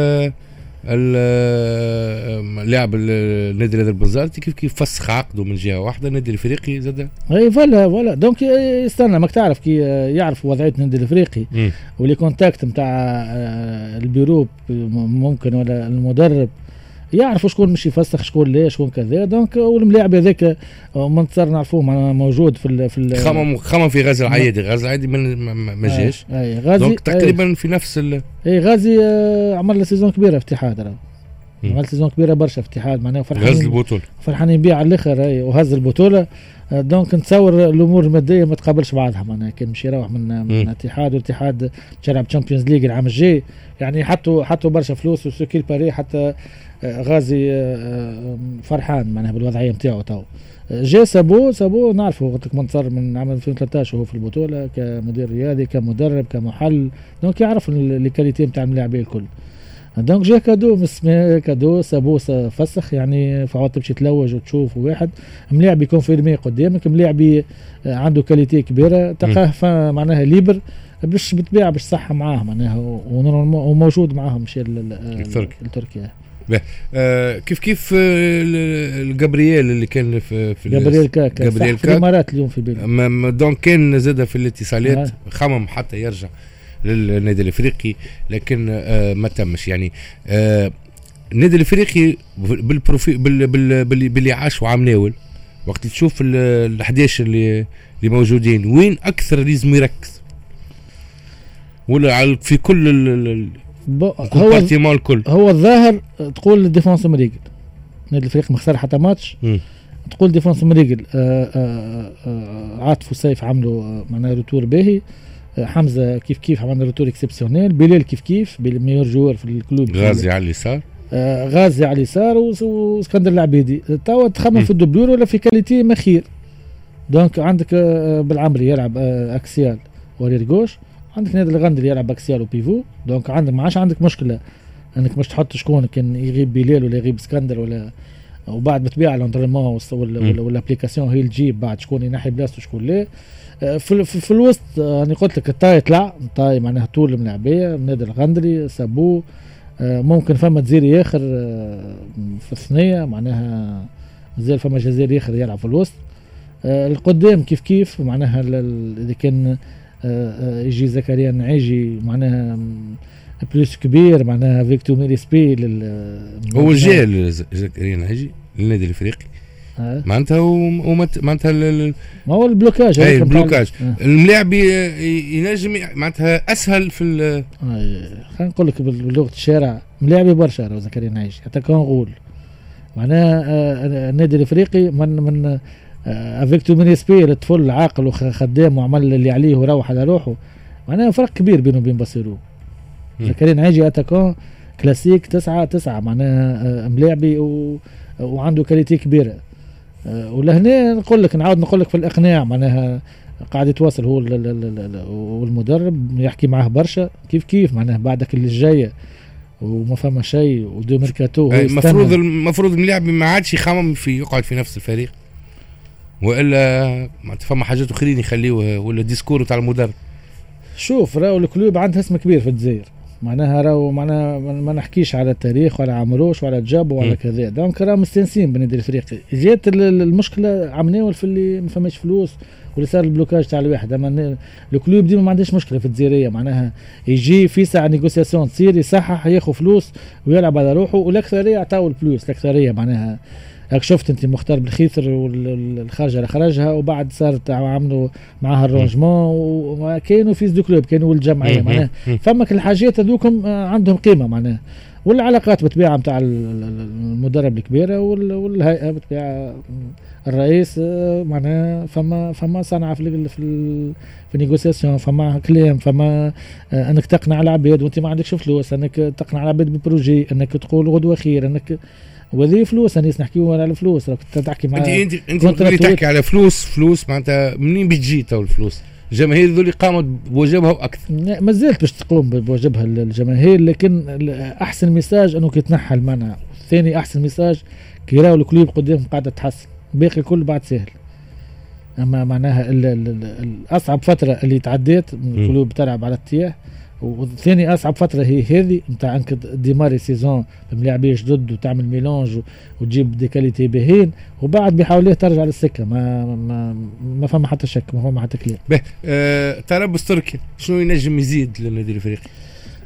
اللاعب النادي البنزرتي كيف كيف فسخ عقده من جهه واحده، النادي الافريقي زاد اي فوالا فوالا. دونك يستنى ماك تعرف كي يعرف وضعيه النادي الافريقي ولي كونتاكت نتاع البيرو ممكن ولا المدرب يعرفوا شكون مش يفسخ شكون ليه شكون كذا. دونك والملاعب هذاك منتصر نعرفوه معنا موجود في ال في ال خمم خمم في غازي العيادي. غازي العيادي ما جاش. اي غازي دونك تقريبا في نفس ال اي غازي عمل سيزون كبيره في اتحاد راه عمل سيزون كبيره برشا في اتحاد معناها فرحانين غاز البطوله فرحانين بيه على الاخر وهز البطوله. دونك نتصور الامور الماديه ما تقابلش بعضها معناها كان مش يروح من من الاتحاد والاتحاد تلعب تشامبيونز ليج العام الجاي يعني حطوا حطوا برشا فلوس وسكيل باري حتى غازي فرحان معناها بالوضعيه نتاعو تو. جا سابو سابو نعرفه قلت لك منصر من عام ألفين وثلاثطاش وهو في البطوله كمدير رياضي كمدرب كمحل دونك يعرف لي كاليتي نتاع اللاعبين الكل. دونك جا كادو مسمى كادو سابو فسخ يعني فعاد تمشي تلوج وتشوف واحد ملاعب يكون في المية قدامك ملاعب عنده كاليتي كبيره تلقاه معناها ليبر باش بتبيع باش صح معاه معناها وموجود معاهم مشي لتركيا. آه كيف كيف الجابرييل اللي كان في في جابرييل كاك جابرييل كاك الامارات اليوم في بالي دونك كان زاد في الاتصالات آه. خمم حتى يرجع للنادي الافريقي لكن آه ما تمش يعني آه النادي الافريقي بالبروفي بال بال بال باللي عاش وعام ناول وقت تشوف ال احداش اللي اللي موجودين وين اكثر لازم يركز ولا في كل ال هو الكل هو الظاهر تقول الديفونس مريقل النادي الافريقي ما خسر حتى ماتش م. تقول ديفونس مريقل عاطف وسيف عملوا معناها روتور باهي حمزه كيف كيف عملنا روتور اكسبسيونيل بلال كيف كيف ميور جوار في الكلوب غازي على اليسار آه غازي على اليسار واسكندر العبيدي توا تخمم في الدبلور ولا في كاليتي مخير. دونك عندك آه بالعمري يلعب آه اكسيال ورير جوش عندك نادي الغندري يلعب اكسيال وبيفو. دونك عندك ما عادش عندك مشكله انك مش تحط شكون كان يغيب بلال ولا يغيب اسكندر ولا وبعد بتبيع الانترينمون ولا ولا ابليكاسيون هي الجيب بعد شكون ينحي بلاصته شكون لا. في, في, في الوسط انا قلت لك الطاي طلع الطاي معناها طول الملاعبيه نادي الغندري سابو ممكن فما جزيري اخر في الثنيه معناها زي فما جزيري اخر يلعب في الوسط. القدام كيف كيف معناها اذا كان يجي زكريا نعيجي معناها بلوس كبير معناها فيكتور ميريسبي هو جاي زكريا نعيجي للنادي الافريقي معناتها ومت معناتها ما هو البلوكاج اي البلوكاج الملاعب ينجم معناتها اسهل في خلينا نقول لك بلغه الشارع ملاعبي برشا راه زكريا نعيش حتى كان نقول معناها النادي الافريقي من من افيكتور مينيسبي الطفل عاقل وخدام وعمل اللي عليه وروح على روحه معناها فرق كبير بينه وبين بصيرو. زكريا نعيجي اتاكون كلاسيك تسعة تسعة معناها ملاعبي و... وعنده كاليتي كبيره. ولهنا نقول لك نعاود نقول لك في الاقناع معناها قاعد يتواصل هو والمدرب يحكي معاه برشا كيف كيف معناها بعدك اللي جايه وما فما شيء ودو ميركاتو المفروض المفروض الملاعب ما عادش يخمم في يقعد في نفس الفريق والا ما فما حاجات اخرين يخليه ولا ديسكور تاع المدرب. شوف راهو الكلوب عنده اسم كبير في الجزائر معناها راهو معناها ما نحكيش على التاريخ ولا عمروش ولا جاب ولا كذا. دونك راهم مستانسين بالنادي الافريقي. جات المشكله عمناول في اللي ما فماش فلوس واللي صار البلوكاج تاع الواحد. اما الكلوب ديما ما عندهاش مشكله في الجزائريه معناها يجي في ساعه نيغوسياسيون تصير يصحح ياخذ فلوس ويلعب على روحه والاكثريه عطاو الفلوس. الاكثريه معناها راك شفت انت مختار بالخيثر والخارجه اللي خرجها وبعد صارت عملوا معاها الرونجمون وكانوا في دو كلوب كانوا الجمعيه معناها فماك الحاجات هذوكم عندهم قيمه معناها. والعلاقات بتبيعها نتاع المدرب الكبيره والهيئه بتبيع الرئيس معناها فما فما صنعه في في في النيغوسياسيون فما كلام فما انك تقنع العباد وانت ما عندكش فلوس انك تقنع العباد بالبروجي انك تقول غدوه خير انك وذي فلوس الناس نحكيو على الفلوس. راك تحكي مع انت انت انت تحكي على فلوس فلوس معناتها منين بتجي تو الفلوس؟ الجماهير ذولي قامت بواجبها واكثر. ما زالت باش تقوم بواجبها الجماهير لكن احسن ميساج انه يتنحى المنع. ثاني احسن ميساج كي يراو الكلوب قدام قاعده تحسن باقي الكل بعد سهل. اما معناها ال ال الاصعب فتره اللي تعديت الكلوب تلعب على التياه وثاني اصعب فتره هي هذه نتاع انك ديماري سيزون بملاعبيه جدد وتعمل ميلونج وتجيب دي كاليتي باهين وبعد بيحاولوا ترجع للسكه ما ما ما فما حتى شك ما فما حتى كلام. به أه تربص تركيا شنو ينجم يزيد للنادي الافريقي؟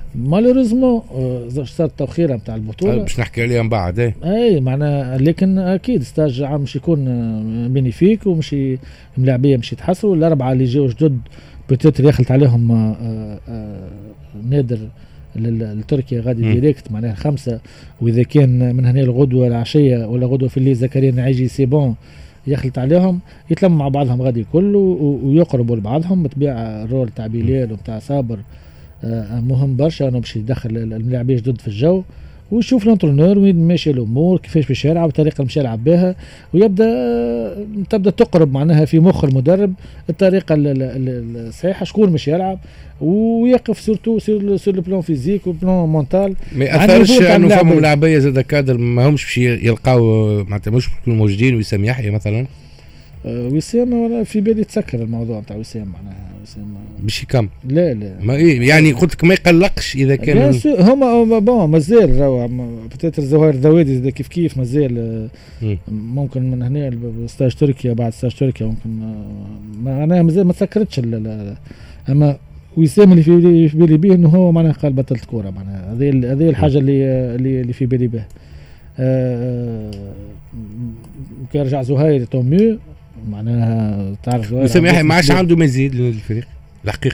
مالوريزمون صار التوخيره نتاع البطوله باش نحكي عليها من بعد. اي اي معناها لكن اكيد ستاج عام مش يكون بينيفيك ومش ملاعبيه مش يتحسروا. الاربعه اللي جاوا جدد بتاتر يخلط عليهم آآ آآ نادر لتركيا غادي ديريكت معناها خمسه. واذا كان من هنا الغدوه العشيه ولا غدوه في الليل زكريا نعيجي سي بون يخلط عليهم يتلموا مع بعضهم غادي كل ويقربوا لبعضهم. بطبيعه الرول تاع بلال وتاع صابر مهم برشا انه باش يدخل اللاعبين جدد في الجو ويشوف الانترونور وين ماشي الامور كيفاش باش يلعب والطريقه اللي باش يلعب بها ويبدا تبدا تقرب معناها في مخ المدرب الطريقه الصحيحه شكون باش يلعب ويقف سورتو سور سور البلان فيزيك والبلان مونتال. ما ياثرش انه فما ملاعبيه زاد كادر ما همش باش يلقاو معناتها مش يكونوا موجودين. وسام يحيى مثلا أه وسام في بالي تسكر الموضوع نتاع وسام معناها وسام باش يكمل. لا لا ما إيه يعني قلت لك ما يقلقش اذا كان هما بون مازال راهو بتاتر الظواهر الذوادي كيف كيف مازال ممكن من هنا ستاج تركيا بعد ستاج تركيا ممكن معناها مازال ما تسكرتش. اما وسام اللي في في بالي بيه انه هو معناها قال بطلت كوره معناها هذه هذه الحاجه اللي اللي في بالي بها. أه كي رجع زهير تو ميو معناها تعرف وسام يحيى ما عادش عنده مزيد للفريق الحقيقه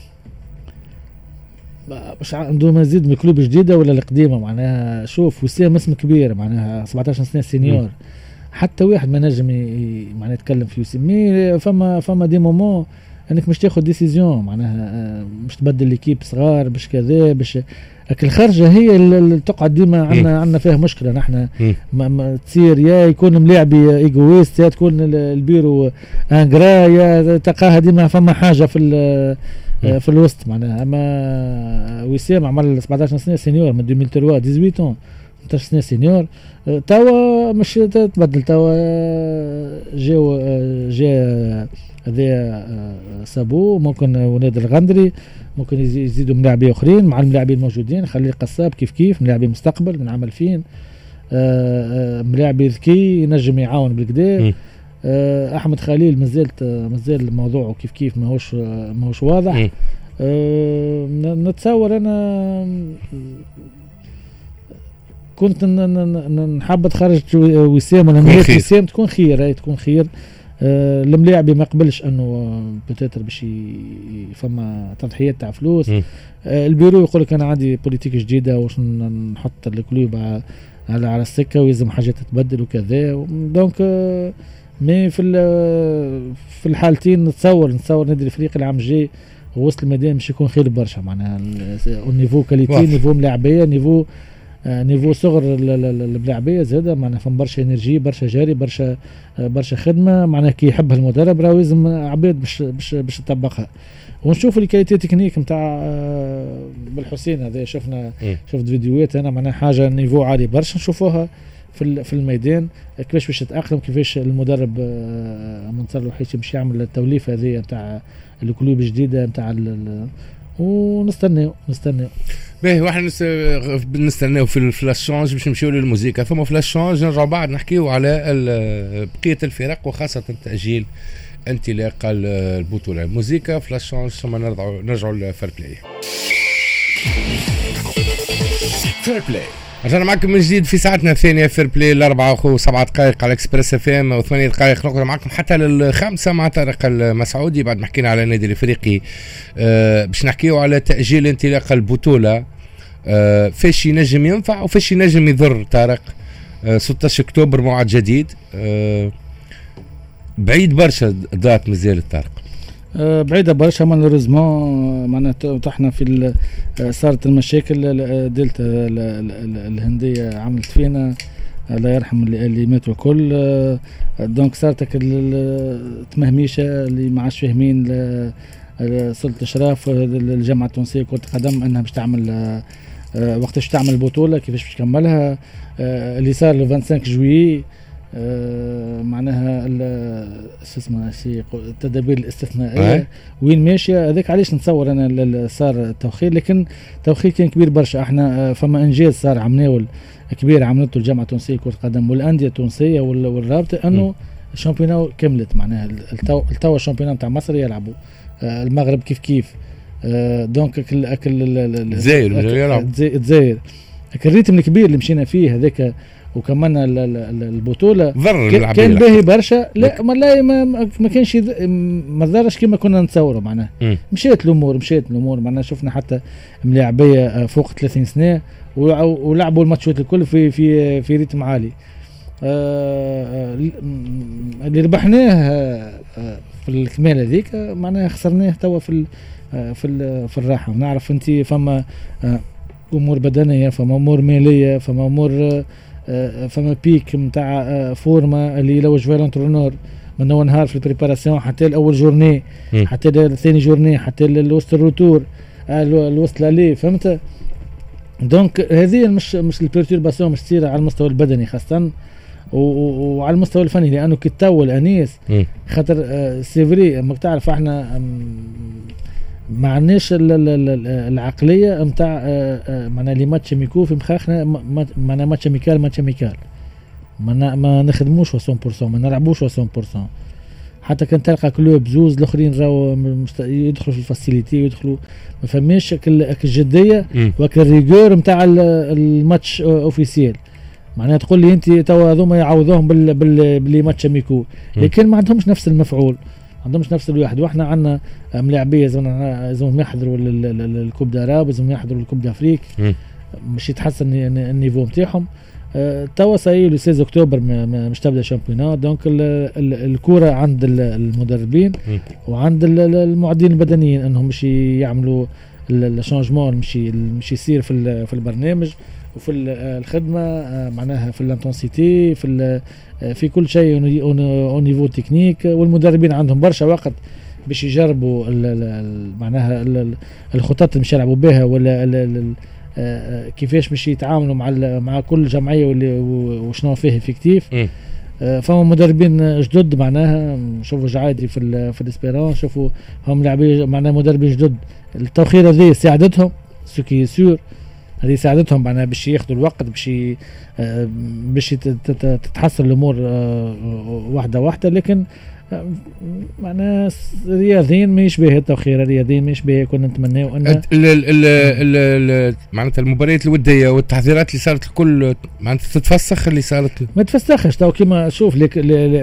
مش عنده مزيد من كلوب جديده ولا القديمه معناها. شوف وسام اسم كبير معناها سبعطاش سنه سينيور م. حتى واحد ما نجم معناها يتكلم في وسام فما فما دي مومون انك مش تاخذ ديسيزيون معناها مش تبدل ليكيب صغار باش كذا باش الخرجه هي اللي تقعد ديما عندنا عندنا فيها مشكله. نحن ما, ما تصير يا يكون ملاعبي ايجويست يا تكون البيرو انغرا يا تلقاها ديما فما حاجه في في الوسط معناها. اما وسام عمل سبعطاش سنه سينيور من ألفين وثلاثة ثمانية عشر ثمانية عشر سنه سينيور توا مش تبدل توا جاو جا هذا سابو ممكن ونادر الغندري ممكن يزيدوا ملاعبين اخرين مع الملاعبين الموجودين. خلي قصاب كيف كيف ملاعبين مستقبل من عمل فين ملاعبي ذكي ينجم يعاون بالكدا. احمد خليل مازلت مازال موضوعه كيف كيف ماهوش ماهوش واضح. أه نتصور انا كنت نحب تخرج وسام ولا نهايه وسام تكون خير هي تكون خير. أه الملاعبي ما قبلش انه بتاتر باش فما تضحيات تاع فلوس. أه البيرو يقول لك انا عندي بوليتيك جديده واش نحط الكلوب على على السكه ويلزم حاجات تتبدل وكذا. دونك أه مي في في الحالتين نتصور نتصور نادي الفريق العام الجاي وسط الميدان مش يكون خير برشا معناها النيفو كاليتي نيفو ملاعبيه نيفو آه نيفو صغر الملاعبيه زاده معناها فم برشا انرجي برشا جاري برشا آه برشا خدمه معناها كي يحبها المدرب راه لازم عباد باش باش باش تطبقها. ونشوف الكاليتي تكنيك نتاع آه بالحسين هذا شفنا شفت فيديوهات انا معناها حاجه نيفو عالي برشا نشوفوها في في الميدان كيفاش باش تتاقلم كيفاش المدرب منصر الوحيشي باش يعمل التوليفه هذه نتاع الكلوب الجديده نتاع ونستناو نستناو باهي. واحد نستناو في الفلاش شونج باش نمشيو للموسيقى. ثم فلاش شونج نرجعوا بعد نحكيو على بقيه الفرق وخاصه تاجيل انطلاق البطوله. الموسيقى فلاش شونج ثم نرجعوا نرجعوا للفير بلاي. فير بلاي رجعنا معكم من جديد في ساعتنا الثانية فير بلاي الأربعة وسبعة دقائق على اكسبريس اف ام وثمانية دقائق نقعد معكم حتى للخمسة مع طارق المسعودي بعد ما حكينا على النادي الافريقي. أه باش نحكيو على تأجيل انطلاق البطولة. أه فاش ينجم ينفع وفاش ينجم يضر طارق. أه ستة عشر اكتوبر موعد جديد. أه بعيد برشا ضاعت مازال طارق. أه بعيدة برشا مالوريزمون معناتها طحنا في صارت المشاكل دلتا الهندية عملت فينا الله يرحم اللي ماتوا الكل. أه دونك صارتك التمهميشة اللي ما عادش فاهمين سلطة اشراف الجامعة التونسية كرة القدم انها باش تعمل أه وقتاش تعمل البطولة كيفاش باش تكملها. أه اللي صار لو خمسة وعشرين جويي آه معناها اسمها شيء التدابير الاستثنائيه وين ماشيه هذاك. علاش نتصور انا صار التوخير لكن التوخير كان كبير برشا. احنا فما انجاز صار عمناول كبير عملته الجامعه التونسيه كره القدم والانديه التونسيه والرابطه انه الشامبيونات كملت معناها التو التو الشامبيونات نتاع مصر يلعبوا. آه المغرب كيف كيف آه دونك اكل اكل الجزائر الجزائر الريتم الكبير اللي مشينا فيه هذاك وكمان البطوله كان باهي برشا. لا ما لا ما, ما كانش ما ضرش كما كنا نتصوروا معناها. مشيت الامور مشيت الامور معناها شفنا حتى ملاعبيه فوق ثلاثين سنه ولعبوا الماتشات الكل في في في ريتم عالي. آه اللي ربحناه في الكمال هذيك معناها خسرناه توا في في في الراحه. ونعرف انت فما امور بدنيه فما امور ماليه فما امور فما بيك نتاع فورما اللي يلوج فيها الانترونور من اول نهار في البريباراسيون حتى الاول جورني حتى الثاني جورني حتى الوسط الروتور الوسط لالي فهمت. دونك هذه مش مش البيرتورباسيون مش تصير على المستوى البدني خاصه وعلى المستوى الفني لانه كي تطول انيس خاطر سيفري ما بتعرف احنا ما عندناش العقليه نتاع معنا لي ماتش ميكو في مخاخنا معنا ماتش ميكال ماتش ميكال ما ما نخدموش مية بالمية ما نلعبوش مية بالمية. حتى كان تلقى كلوب زوز الاخرين راهو يدخلوا في الفاسيليتي يدخلوا ما فماش الجديه وك الريغور نتاع الماتش اوفيسيال. معناها تقول لي انت توا هذوما يعوضوهم بال بال باللي ماتش ميكو لكن ما عندهمش نفس المفعول عندهمش نفس الواحد. واحنا عندنا ملاعبيه لازم يحضروا الكوب داراب لازم يحضروا الكوب دافريك مش يتحسن النيفو نتاعهم. أه توا ساي لو ستة اكتوبر مش تبدا شامبيونات. دونك الكره عند المدربين وعند المعدين البدنيين انهم مش يعملوا الشانجمون مش مش يصير في في البرنامج وفي الخدمه معناها في الانتنسيتي في في كل شيء او نيفو تكنيك. والمدربين عندهم برشا وقت باش يجربوا معناها الخطط اللي مش يلعبوا بها ولا كيفاش باش يتعاملوا مع مع كل جمعيه وشنو فيه افكتيف. فما مدربين جدد معناها شوفوا جعادي في في الاسبيرون شوفوا هم لاعبين معناها مدربين جدد. التوخيره هذه ساعدتهم سوكي سور هذه ساعدتهم معناها باش ياخذوا الوقت باش باش تتحسن الامور واحده واحده. لكن معناها رياضيين ما يشبه التوخيره رياضيين ما يشبه كنا نتمناو ان معناتها المباريات الوديه والتحضيرات اللي صارت الكل معناتها تتفسخ اللي صارت ما تفسخش. تو كيما شوف لك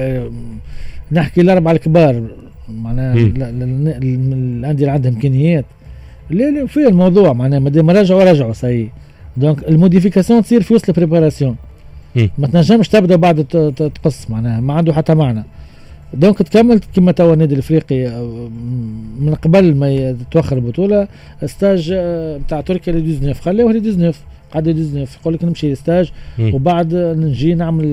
نحكي الاربعه الكبار معناها الانديه اللي عندهم امكانيات لا في الموضوع معناها مادام رجعوا رجعوا صحيح. دونك الموديفيكاسيون تصير في وسط البريباراسيون ما تنجمش تبدا بعد تقص معناها ما عنده حتى معنى. دونك تكملت كما توا النادي الافريقي من قبل ما تتوخر البطوله ستاج نتاع تركيا ل تسعة عشر خلوه ل تسعة عشر قعد ل تسعة عشر يقول لك نمشي ستاج وبعد نجي نعمل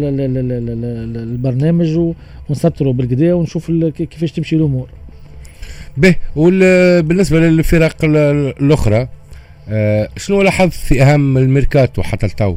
البرنامج ونسطروا بالكدا ونشوف كيفاش تمشي الامور. به وبالنسبه للفرق الاخرى أه شنو لاحظت في اهم الميركاتو حتى التو؟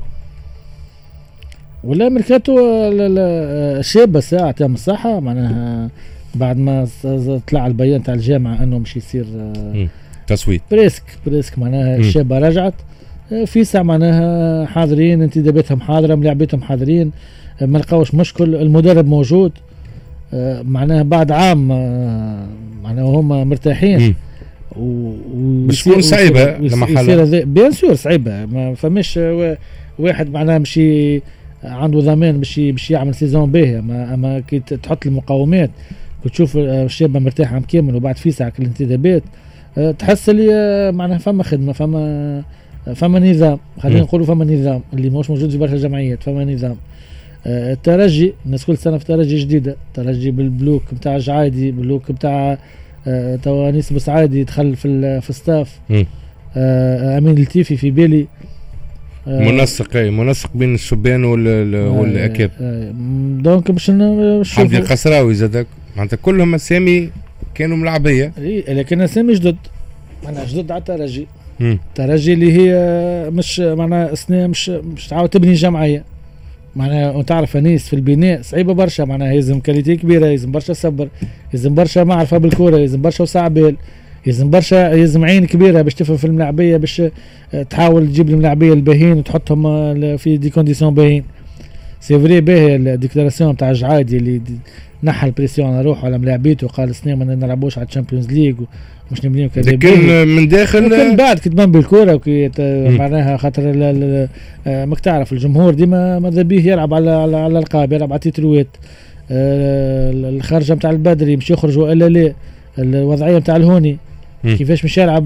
ولا ميركاتو شابه ساعه تم الصحه معناها بعد ما طلع البيان تاع الجامعه انه مش يصير تصويت بريسك بريسك معناها الشابه رجعت في ساعه معناها حاضرين انتداباتهم حاضره ملاعبيتهم حاضرين ما لقاوش مشكل المدرب موجود معناها بعد عام معناها هم مرتاحين مش تكون صعيبه لما حاله بيان سور صعيبه ما فماش واحد معناها مشي عنده ضمان باش باش يعمل سيزون باهيه. اما اما كي تحط المقاومات وتشوف الشابه مرتاحه عام كامل وبعد في ساعه الانتدابات تحس اللي معناها فما خدمه فما فما نظام خلينا نقولوا فما نظام اللي مش موجود في برشا جمعيات فما نظام. الترجي الناس كل سنه في ترجي جديده ترجي بالبلوك نتاع جعادي بالبلوك نتاع توا انيس بوسعادي دخل في في الستاف امين التيفي في بالي منسق اي منسق بين الشبان والاكاب. دونك باش نشوف عبد القصراوي زادك معناتها كلهم اسامي كانوا ملعبيه لكن اسامي جدد معناها جدد على الترجي. الترجي اللي هي مش معناها سنه مش مش تعاود تبني جمعيه معناها وتعرف انيس في البناء صعيبه برشا معناها يلزم كاليتي كبيره يلزم برشا صبر يلزم برشا معرفه بالكوره يلزم برشا وسع بال يلزم برشا يلزم عين كبيره باش تفهم في الملاعبيه باش تحاول تجيب الملاعبيه الباهين وتحطهم في دي كونديسيون باهين. سي فري باهي الديكلاراسيون تاع جعادي اللي نحى البريسيون على روحه على ملاعبيته وقال سنين ما نلعبوش على الشامبيونز ليغ مش نبنيو كذا لكن من داخل لكن بعد كتبان بالكوره وكي معناها خاطر ماك تعرف الجمهور ديما ماذا بيه يلعب على على, على القاب، يلعب على تيتروات. الخارجه نتاع البدري مش يخرج والا لا، الوضعيه نتاع الهوني م. كيفاش مش يلعب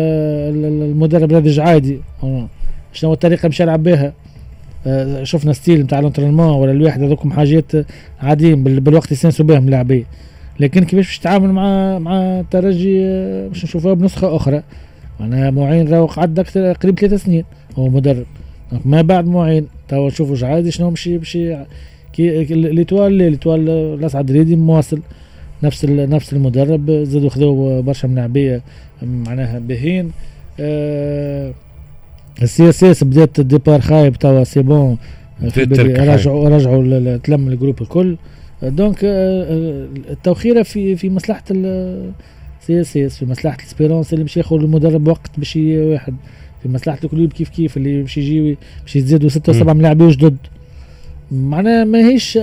المدرب رادج عادي، شنو الطريقه مش يلعب بها. شفنا ستيل نتاع الانترينمون ولا الواحد هذوكم حاجات عاديين بالوقت يستانسوا بهم اللاعبين، لكن كيفاش باش تتعامل مع مع الترجي باش نشوفوها بنسخه اخرى. انا معين راهو قعد اكثر قريب ثلاث سنين هو مدرب، ما بعد معين توا نشوفوا جعادي شنو مشي مشي كي ليتوال ليتوال الاسعد ريدي مواصل نفس نفس المدرب، زادوا خذوا برشا ملاعبيه معناها باهين. أه السي اس اس بدات الديبار خايب توا سي بون رجعوا رجعوا تلم الجروب الكل. دونك التوخيره في في مصلحه السي اس اس، في مصلحه الاسبيرونس اللي باش ياخذ المدرب وقت باش واحد، في مصلحه الكلوب كيف كيف اللي باش يجي باش يزيدوا ستة وسبعة ملاعبين جدد. معناها ماهيش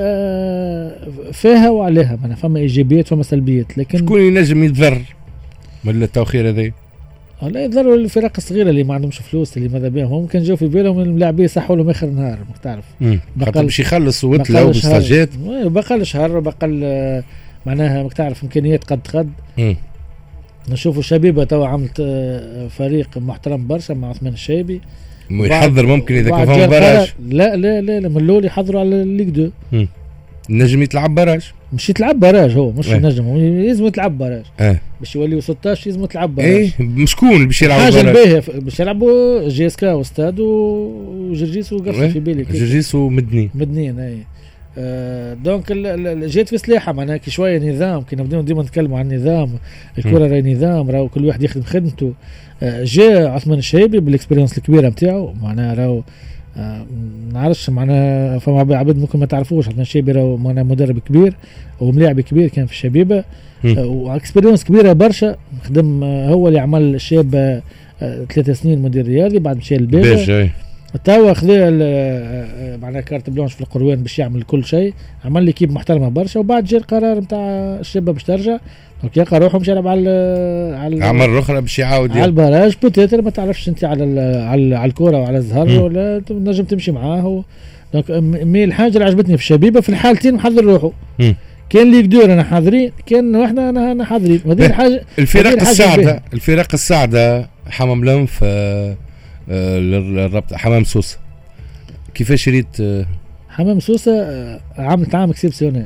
فيها وعليها، معناها فما ايجابيات فما سلبيات. لكن شكون ينجم يتضرر من التوخير هذا؟ لا يضروا الفرق الصغيره اللي ما عندهمش فلوس، اللي ماذا بهم ممكن جاوا في بالهم اللاعبين يصحوا لهم اخر النهار، ما تعرف خاطر باش يخلصوا وتلا وبستاجات بقى شهر بقى معناها ما تعرف امكانيات قد قد م. نشوفوا شبيبه توا عملت فريق محترم برشا مع عثمان الشايبي يحضر ممكن اذا كان فما براج. لا لا لا, لا من الاول يحضروا على الليغ دو. النجم يتلعب براج، مش يتلعب براج هو مش النجم لازم يتلعب براج اه. باش يوليو ستاشر لازم يتلعب براج. ايه مشكون باش يلعب براج؟ حاجه باهيه باش يلعبوا جي اس كا واستاد وجرجيس وقرصه في بالي جرجيس ومدني مدنيين اي. آه دونك جيت في سلاحه معناها كي شويه نظام، كي نبداو ديما نتكلموا عن النظام، الكره راهي نظام، راهو كل واحد يخدم خدمته. آه جاء عثمان الشايبي بالاكسبيرينس الكبيره نتاعو، معناها راهو آه نعرفش معناها فما عباد ممكن ما تعرفوش عثمان الشايبي راهو معناها مدرب كبير وملاعب كبير كان في الشبيبه آه واكسبيرينس كبيره برشا. خدم آه هو اللي عمل الشاب آه ثلاث سنين مدير رياضي، بعد مشى للبيجا توا خذا معناها كارت بلونش في القروان باش يعمل كل شيء، عمل لي كيب محترمه برشا. وبعد جاء القرار نتاع الشباب باش ترجع، دونك يلقى روحه مش يلعب على على عمل اخرى باش يعاود على البراج بوتيتر ما تعرفش انت على على, على الكره وعلى الزهر ولا تنجم تمشي معاه. دونك مي الحاجه اللي عجبتني في الشبيبه في الحالتين محضر روحه. م. كان ليك دور انا حاضرين، كان واحنا انا انا حاضرين. هذه الحاجه الفرق السعده الفرق السعده حمام لنف للربط حمام سوسه كيفاش ريت حمام سوسه عملت عام اكسبسيونيل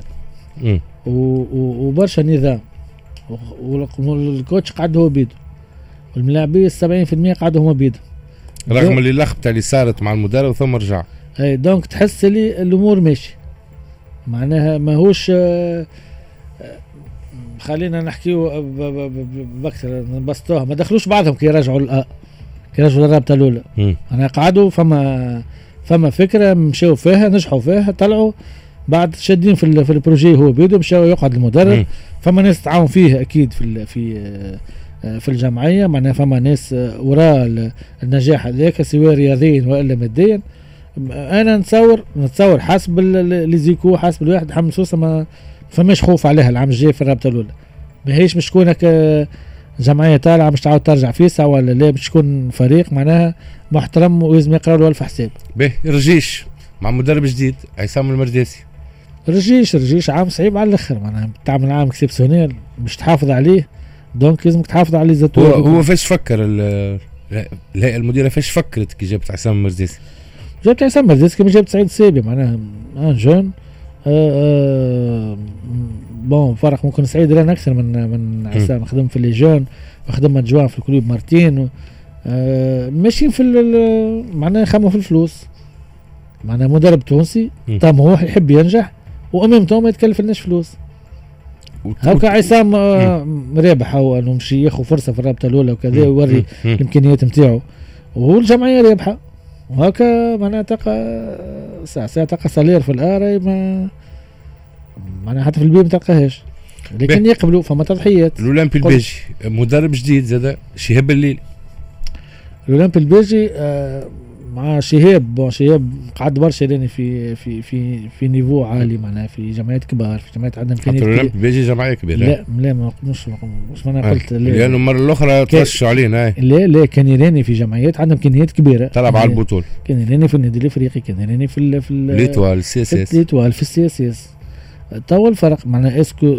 وبرشا نظام، والكوتش قعد هو بيده والملاعبين سبعين بالمئة قعدوا هما بيده رغم اللي اللخبطه اللي صارت مع المدرب ثم رجع. اي دونك تحس لي الامور ماشي معناها ماهوش خلينا نحكيو بكثر نبسطوها ما دخلوش بعضهم كي يرجعوا الأ كي يرجعوا الرابطه الاولى. انا قعدوا فما فما فكره مشاو فيها نجحوا فيها طلعوا بعد شادين في في البروجي هو بيدو مشاو يقعد المدرب. م. فما ناس تعاون فيه اكيد في في في الجمعيه معناها فما ناس وراء النجاح هذاك سواء رياضيا والا ماديا. انا نتصور نتصور حسب اللي زيكو حسب الواحد حمل سوسه ما فماش خوف عليها العام الجاي في الرابطه الاولى. ما هيش مش كونك جمعيه طالعه مش تعاود ترجع فيسا ولا لا، باش تكون فريق معناها محترم ولازم يقرا له الف حساب. باهي رجيش مع مدرب جديد عصام المرداسي. رجيش رجيش عام صعيب على الاخر معناها تعمل عام اكسبسيونيل باش تحافظ عليه، دونك لازمك تحافظ عليه زاد. هو هو فاش فكر الهيئه المديره فاش فكرت كي جابت عصام المرداسي؟ جابت عصام المرداسي كما جابت سعيد السيبي معناها ان جون آه بون فرق ممكن سعيد ران اكثر من من عصام، خدم في الليجون وخدم مجوان في الكلوب مارتين آه ماشيين في معناها خموا في الفلوس معناها مدرب تونسي طموح يحب ينجح وامامته ما يتكلف لناش فلوس. هكا عصام آه رابح هو انه مشي ياخذ فرصه في الرابطه الاولى وكذا ويوري الامكانيات نتاعو والجمعيه رابحه وهكا معناها تلقى ساعه ساعه تلقى صالير في الاري ما معناها حتى في البيت ما تلقاهاش لكن يقبلوا فما تضحيات. الاولمبي البيجي مدرب جديد زاد شهاب الليل. الاولمبي البيجي آه مع شهاب بون شهاب قعد برشا لاني في في في في نيفو عالي معناها في جمعيات كبار في جمعيات عندنا امكانيات بيجي جمعيه كبيره لا لا ما مش مش ما انا قلت لانه المره الاخرى ترشوا علينا لا لا كان يراني في جمعيات عندنا امكانيات كبيره تلعب على البطوله كان يراني في النادي الافريقي كان يراني في في ليتوال السي اس اس ليتوال في السي اس اس توا الفرق معناها اسكو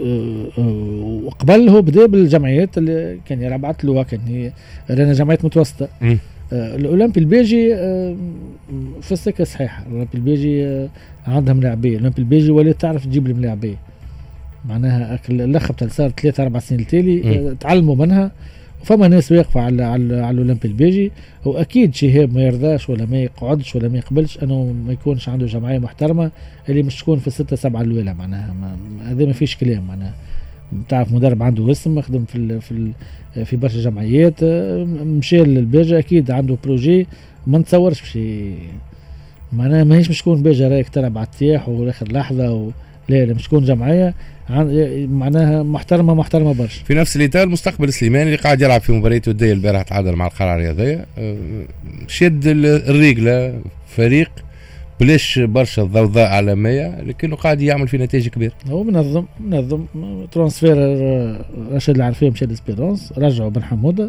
وقبل هو بدا بالجمعيات اللي كان يلعب عطلوها كان رانا جمعيات متوسطه الاولمبي البيجي في السكه صحيحه الاولمبي البيجي عندهم لاعبيه الاولمبي البيجي ولا تعرف تجيب لهم لاعبيه معناها اللخبطه اللي صار ثلاثة أربع سنين التالي تعلموا منها وفما ناس واقفه على على, على الاولمبي البيجي واكيد شهاب ما يرضاش ولا ما يقعدش ولا ما يقبلش انه ما يكونش عنده جمعيه محترمه اللي مش تكون في الستة سبعة الاولى معناها هذا ما فيش كلام معناها بتعرف مدرب عنده اسم مخدم في ال في ال في برشا جمعيات مشى للبيجا اكيد عنده بروجي ما نتصورش بشي معناها ماهيش مش تكون بيجا رايك تلعب على التياح واخر لحظه و... لا لا مش تكون جمعيه معناها محترمه محترمه برشا. في نفس الاطار المستقبل سليماني اللي قاعد يلعب في مباريات وديه البارح تعادل مع القرعه الرياضيه شد الرجله فريق بلاش برشا ضوضاء عالميه لكنه قاعد يعمل في نتائج كبيره. هو منظم منظم ترانسفير رشيد العرفيه مشى لسبيرونس رجعوا بن حموده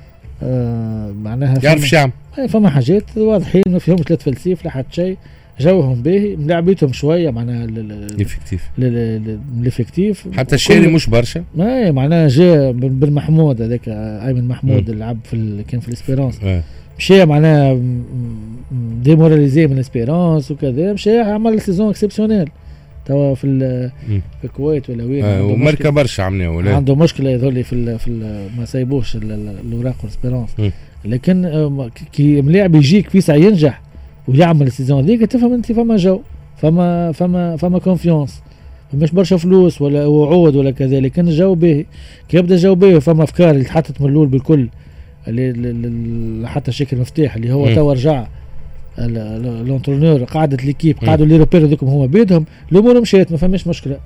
آه معناها يعرف الشعب فما حاجات واضحين ما فيهمش لا تفلسيف لا حتى شيء جوهم باهي ملعبيتهم شويه معناها الافكتيف الافكتيف حتى الشيري مش برشا ما معناها جاء بن محمود هذاك ايمن محمود اللي لعب في كان في الاسبيرونس اه. مشى معناها ديموراليزي من الاسبيرونس وكذا مشى عمل سيزون اكسبسيونيل توا في في الكويت ولا وين اه وماركه برشا عملنا ولا عنده مشكله يظهر في في ما سايبوش الاوراق والاسبيرونس لكن كي ملاعب يجيك في ساعه ينجح ويعمل السيزون هذيك تفهم انت فما جو فما فما فما كونفيونس مش برشا فلوس ولا وعود ولا كذا لكن الجو باهي كي يبدا الجو باهي فما افكار اللي تحطت من الاول بالكل اللي حتى شكل مفتاح اللي هو توا رجع الانترونور قاعده ليكيب قعدوا لي روبير هذوكم هما بيدهم الامور مشات ما فماش مشكله.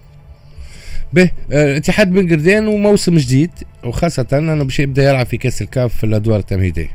به اه اتحاد بن قردان وموسم جديد وخاصه انه باش يبدا يلعب في كاس الكاف في الادوار التمهيديه.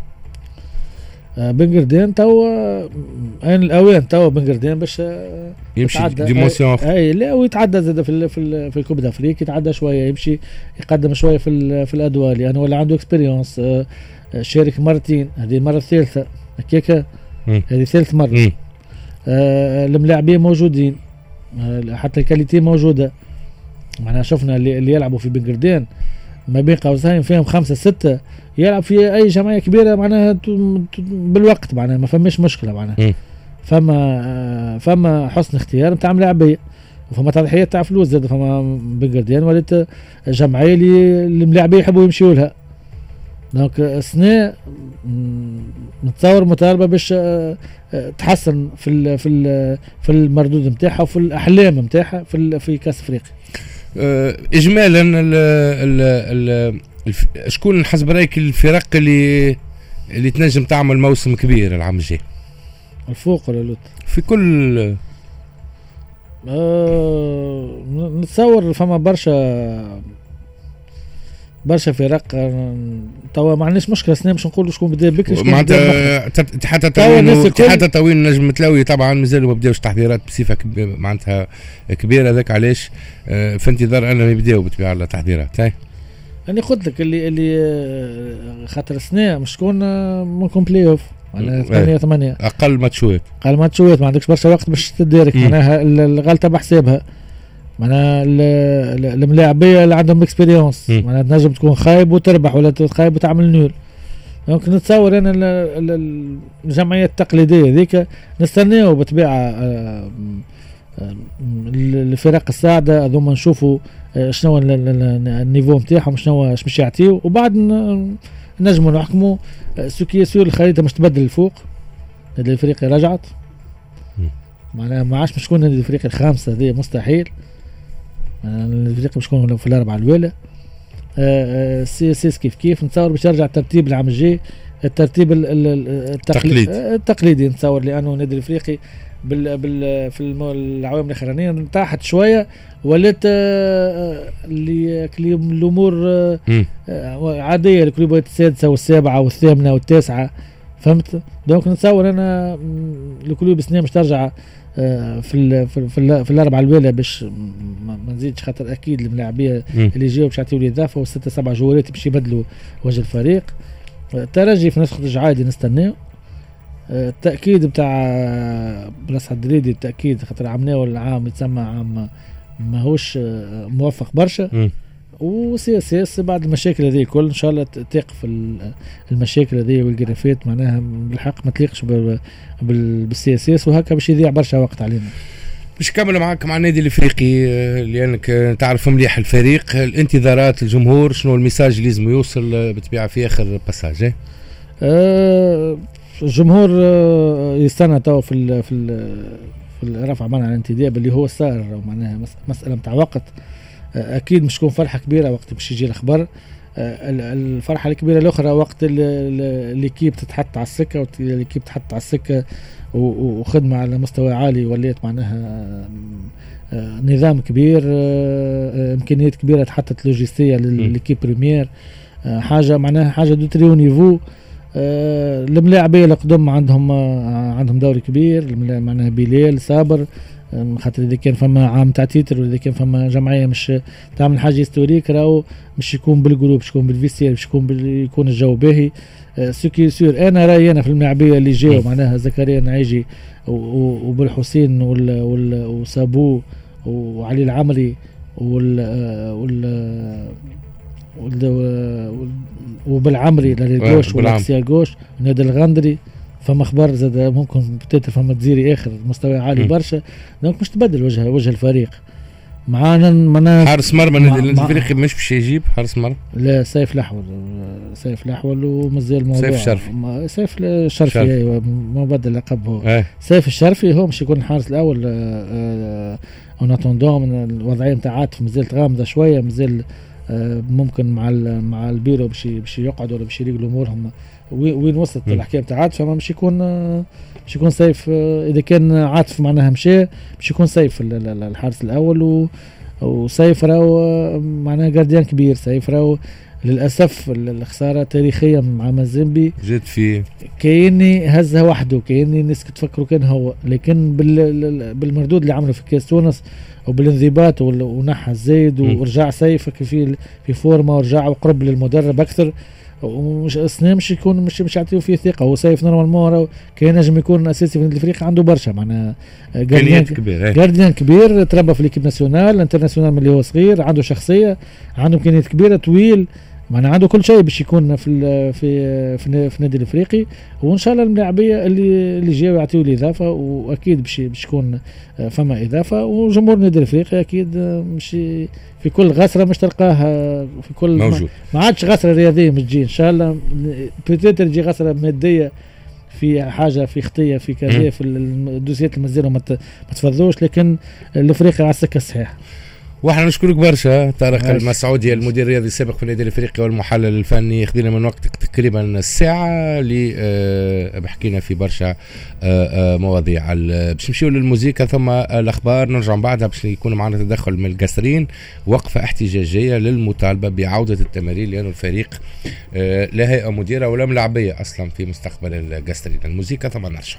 بن قردان توا ان الاوان توا بن قردان باش يمشي ديمونسيون اي لا ويتعدى زاد في ال في ال في الكوب دافريك يتعدى شويه يمشي يقدم شويه في في الادوار لانه يعني ولا عنده اكسبيريونس شارك مرتين هذه المره الثالثه هكاك هذه ثالث مره آه الملاعبين موجودين آه حتى الكاليتي موجوده معناها شفنا اللي, اللي يلعبوا في بن قردان ما بين قوسين فيهم خمسة ستة يلعب في أي جمعية كبيرة معناها بالوقت معناها ما فماش مشكلة معناها فما فما حسن اختيار نتاع ملاعبية وفما تضحيات تاع فلوس زاد فما بن قردان ولات جمعية اللي الملاعبية يحبوا يمشيوا لها دونك السنة نتصور مطالبة باش تحسن في ال في ال في المردود نتاعها وفي الأحلام نتاعها في في كأس أفريقيا. اجمالا ال ال ال شكون حسب رايك الفرق اللي اللي تنجم تعمل موسم كبير العام الجاي الفوق ولا لوت في كل أه نتصور فما برشا برشا فرق توا ما عندناش مشكله سنه باش نقولوا شكون بدا بكري شكون معناتها حتى تطوين حتى تطوين نجم متلوي طبعا مازالوا ما بداوش تحضيرات بصفه معناتها كبيره هذاك علاش في انتظار انهم يبداو بالطبيعه التحضيرات هاي انا قلت لك اللي اللي خاطر سنه مش تكون من كومبلي اوف معناها ثمانية ثمانية اقل ماتشوات اقل ماتشوات ما عندكش برشا وقت باش تدارك معناها الغلطه بحسابها معناها الملاعبيه اللي عندهم اكسبيريونس معناها تنجم تكون خايب وتربح ولا خايب وتعمل نول ممكن نتصور انا الجمعيات التقليديه ذيك نستناو بطبيعه الفرق الصاعده هذوما نشوفوا شنو النيفو نتاعهم شنو اش باش يعطيو وبعد نجموا نحكموا سوكي سور الخريطه مش تبدل الفوق النادي الافريقي رجعت معناها ما عادش باش تكون النادي الافريقي الخامسه هذه مستحيل الفريق باش يكون في الاربعه الاولى سي سي كيف كيف نتصور باش يرجع الترتيب العام الجاي الترتيب التقليد التقليدي نتصور لانه النادي الافريقي بال بال في العوامل الاخرانيه تحت شويه ولات اللي الامور عاديه الكلوبات السادسه والسابعه والثامنه والتاسعه فهمت. دونك نتصور انا الكلوب بسنين مش ترجع في ال في ال في, ال في الاربعه الاولى باش ما نزيدش، خاطر اكيد الملاعبيه اللي جاوا باش يعطيو لي اضافه، والسته سبعه جوارات باش يبدلوا وجه الفريق. الترجي في نسخه الجعادي نستناو التاكيد بتاع بلاصه الدريدي، التاكيد خاطر عمناه العام يتسمى عام ماهوش موفق برشا، وسي سي اس بعد المشاكل هذه الكل ان شاء الله تقف المشاكل هذه والجرافات معناها بالحق ما تليقش بالسي اس اس، وهكا باش يضيع برشا وقت علينا. باش نكمل معاك مع النادي الافريقي لانك تعرف مليح الفريق، الانتظارات الجمهور شنو الميساج اللي لازم يوصل بطبيعه في اخر باساج؟ أه الجمهور يستنى تو في ال في ال في الرفع منع الانتداب اللي هو صار، معناها مساله نتاع وقت. اكيد مش تكون فرحه كبيره وقت باش يجي الاخبار. الفرحه الكبيره الاخرى وقت الليكيب تتحط على السكه، والليكيب تتحط على السكه وخدمه على مستوى عالي، وليت معناها نظام كبير، امكانيات كبيره تحطت لوجستيه للكيب بريمير، حاجه معناها حاجه دو تريو نيفو. الملاعبيه القدم عندهم عندهم دور كبير، معناها بلال صابر، خاطر اذا كان فما عام تاع تيتر واذا كان فما جمعيه مش تعمل حاجه هيستوريك راهو مش يكون بالجروب، مش يكون بالفيسير، مش يكون يكون الجو باهي. سوكي سور انا رايي انا في الملاعبيه اللي جاوا معناها زكريا نعيجي وبالحسين وصابو وعلي العمري وال وال وبالعمري للجوش والكسيا جوش ونادي الغندري، فما اخبار زاد ممكن بتاتر فما تزيري اخر مستوى عالي برشا. دونك مش تبدل وجه وجه الفريق معانا معنا حارس مرمى النادي الافريقي مش باش يجيب حارس مرمى، لا سيف الاحول سيف الاحول ومازال الموضوع سيف الشرفي سيف الشرفي ما بدل لقب هو اه. سيف الشرفي هو مش يكون الحارس الاول وناتوندو من الوضعيه نتاع عاطف مازالت غامضه شويه، مازال ممكن مع مع البيرو باش باش يقعدوا ولا باش يريقلوا امورهم وين وصلت الحكايه نتاع عاطف. فما مش يكون مش يكون سيف اذا كان عاطف معناها مشى مش يكون سيف الحارس الاول، وسيف راهو معناها جارديان كبير. سيف راهو للاسف الخساره تاريخيه مع مازيمبي جات فيه كايني هزها وحده، كايني الناس تفكروا كان هو، لكن بالمردود اللي عمله في كاس تونس وبالانضباط ونحى الزايد ورجع سيف في في فورمه ورجع وقرب للمدرب اكثر، ومش اصلا مش يكون مش مش يعطيو فيه ثقه. هو سيف نورمالمون كان نجم يكون اساسي في الافريقي، عنده برشا معناها جارديان كبير جارديان كبير تربى في ليكيب ناسيونال انترناسيونال من اللي هو صغير، عنده شخصيه، عنده امكانيات كبيره، طويل، معناها عنده كل شيء باش يكون في في في, في النادي الافريقي. وان شاء الله الملاعبيه اللي اللي جاوا يعطيو لي اضافه، واكيد باش باش يكون فما اضافه. وجمهور النادي الافريقي اكيد مش في كل غسره مش تلقاها في كل موجود. ما عادش غسره رياضيه مش تجي ان شاء الله، بيتيتر تجي غسره ماديه في حاجه في خطيه في كذا في الدوسيات المزيره ما تفضوش، لكن الافريقي على السكه الصحيحه. واحنا نشكرك برشا طارق المسعودي المدير الرياضي السابق في النادي الافريقي والمحلل الفني، خذينا من وقتك تقريبا الساعه اللي أه بحكينا في برشا أه أه مواضيع. باش نمشيو للموسيقى ثم الاخبار نرجع بعدها باش يكون معنا تدخل من القاسرين، وقفه احتجاجيه للمطالبه بعوده التمارين لانه الفريق أه لا هيئه مديره ولا ملاعبيه اصلا في مستقبل القاسرين. الموسيقى ثم نرجع.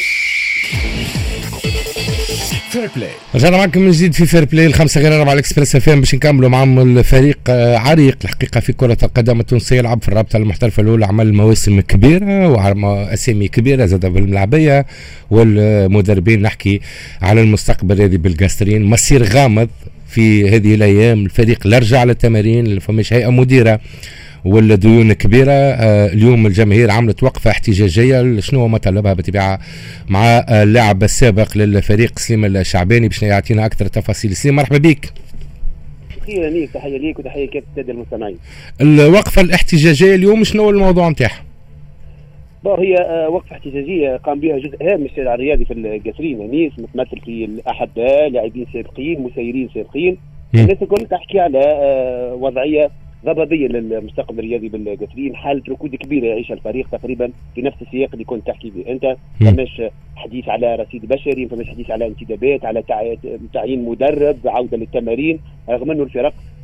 فير بلاي رجعنا معكم من جديد في فير بلاي الخمسة غير أربعة على الإكسبريس اف ام باش نكملوا معهم الفريق عريق الحقيقة في كرة القدم التونسية، يلعب في الرابطة المحترفة الأولى، عمل مواسم كبيرة وأسامي كبيرة زاد بالملاعبية والمدربين. نحكي على المستقبل هذه بالقاسرين، مسير غامض في هذه الأيام. الفريق لا رجع للتمارين، فماش هيئة مديرة والديون كبيرة. آه اليوم الجماهير عملت وقفة احتجاجية، شنو هو مطالبها بتبعها مع آه اللاعب السابق للفريق سليم الشعباني باش يعطينا أكثر تفاصيل. سليم مرحبا بك. خير ليك، تحية ليك وتحية كافة السادة المستمعين. الوقفة الاحتجاجية اليوم شنو الموضوع نتاعها؟ هي آه وقفة احتجاجية قام بها جزء هام من الشارع الرياضي في القاسرين، ناس متمثل في الأحباء، لاعبين سابقين، مسيرين سابقين، الناس الكل تحكي على آه وضعية ضبابيه للمستقبل الرياضي بالقاسرين، حاله ركود كبيره يعيشها الفريق تقريبا في نفس السياق اللي كنت تحكي به انت. فماش حديث على رصيد بشري، فماش حديث على انتدابات، على تعيين مدرب، عوده للتمارين، رغم انه الفرق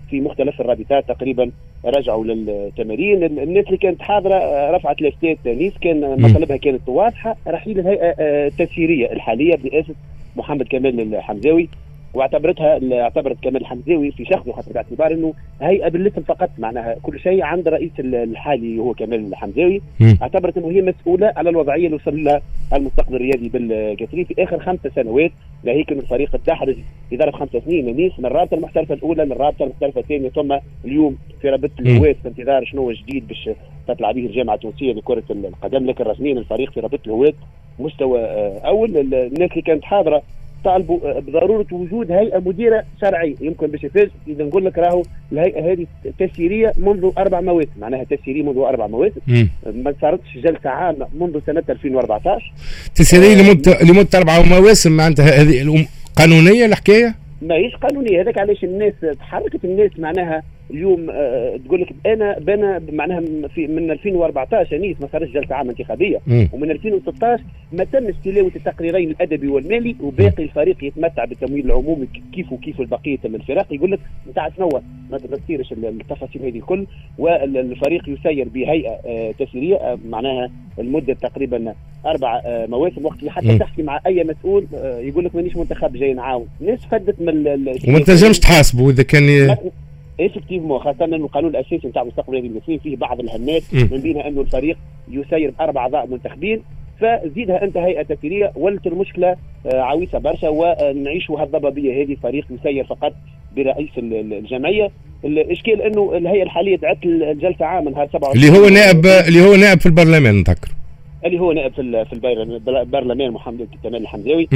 في مختلف الرابطات تقريبا رجعوا للتمارين. الناس اللي كانت حاضره رفعت لافتات نيس، كان مطالبها كانت واضحه، رحيل الهيئه التسييريه الحاليه برئاسه محمد كمال الحمزاوي، واعتبرتها اعتبرت كمال الحمزاوي في شخصه حتى باعتبار انه هيئه بالاسم فقط، معناها كل شيء عند رئيس الحالي هو كمال الحمزاوي. اعتبرت انه هي مسؤوله على الوضعيه اللي وصل لها المستقبل الرياضي بالقصري في اخر خمس سنوات، لهيك انه الفريق الدحرج في ظرف خمس سنين نيس من الرابطه المحترفه الاولى للرابطه المحترفه الثانيه، ثم اليوم في رابطه الهواه في انتظار شنو جديد باش تطلع به الجامعه التونسيه لكره القدم، لكن رسميا الفريق في رابطه الهواه مستوى اول. الناس اللي كانت حاضره طالبوا بضروره وجود هيئه مديره شرعيه. يمكن باش يفاجئ اذا نقول لك راهو الهيئه هذه تسييريه منذ اربع مواسم، معناها تسييريه منذ اربع مواسم، ما صارتش جلسه عامه منذ سنه ألفين وأربعطاش. تسييريه لمده لمده اربع مواسم، معناتها هذه قانونيه الحكايه؟ ماهيش قانونيه، هذاك علاش الناس تحركت. الناس معناها اليوم أه تقول لك انا بنا معناها في من ألفين وأربعطاش نيس ما صارش جلسه عامه انتخابيه، م. ومن ألفين وستطاش ما تمش تلاوه التقريرين الادبي والمالي، وباقي الفريق يتمتع بالتمويل العمومي كيف وكيف البقيه من الفرق. يقول لك نتاع شنو ما تصيرش التفاصيل هذه الكل، والفريق يسير بهيئه أه تسييريه أه معناها المده تقريبا اربع أه مواسم، وقت اللي حتى م. تحكي مع اي مسؤول أه يقول لك مانيش منتخب جاي نعاون. الناس فدت من وما تنجمش تحاسبه اذا كان ايفكتيفمون، خاصه انه القانون الاساسي نتاع مستقبل النادي المصري فيه بعض الهنات من بينها انه الفريق يسير باربع اعضاء منتخبين، فزيدها انت هيئه تسييريه ولت المشكله عويصه برشا، ونعيشوا هالضبابيه هذه فريق يسير فقط برئيس الجمعيه. الاشكال انه الهيئه الحاليه دعت الجلسه عام نهار سبعة وعشرين اللي هو نائب اللي هو نائب في البرلمان نذكر، اللي هو نائب في في البرلمان محمد كمال الحمزاوي،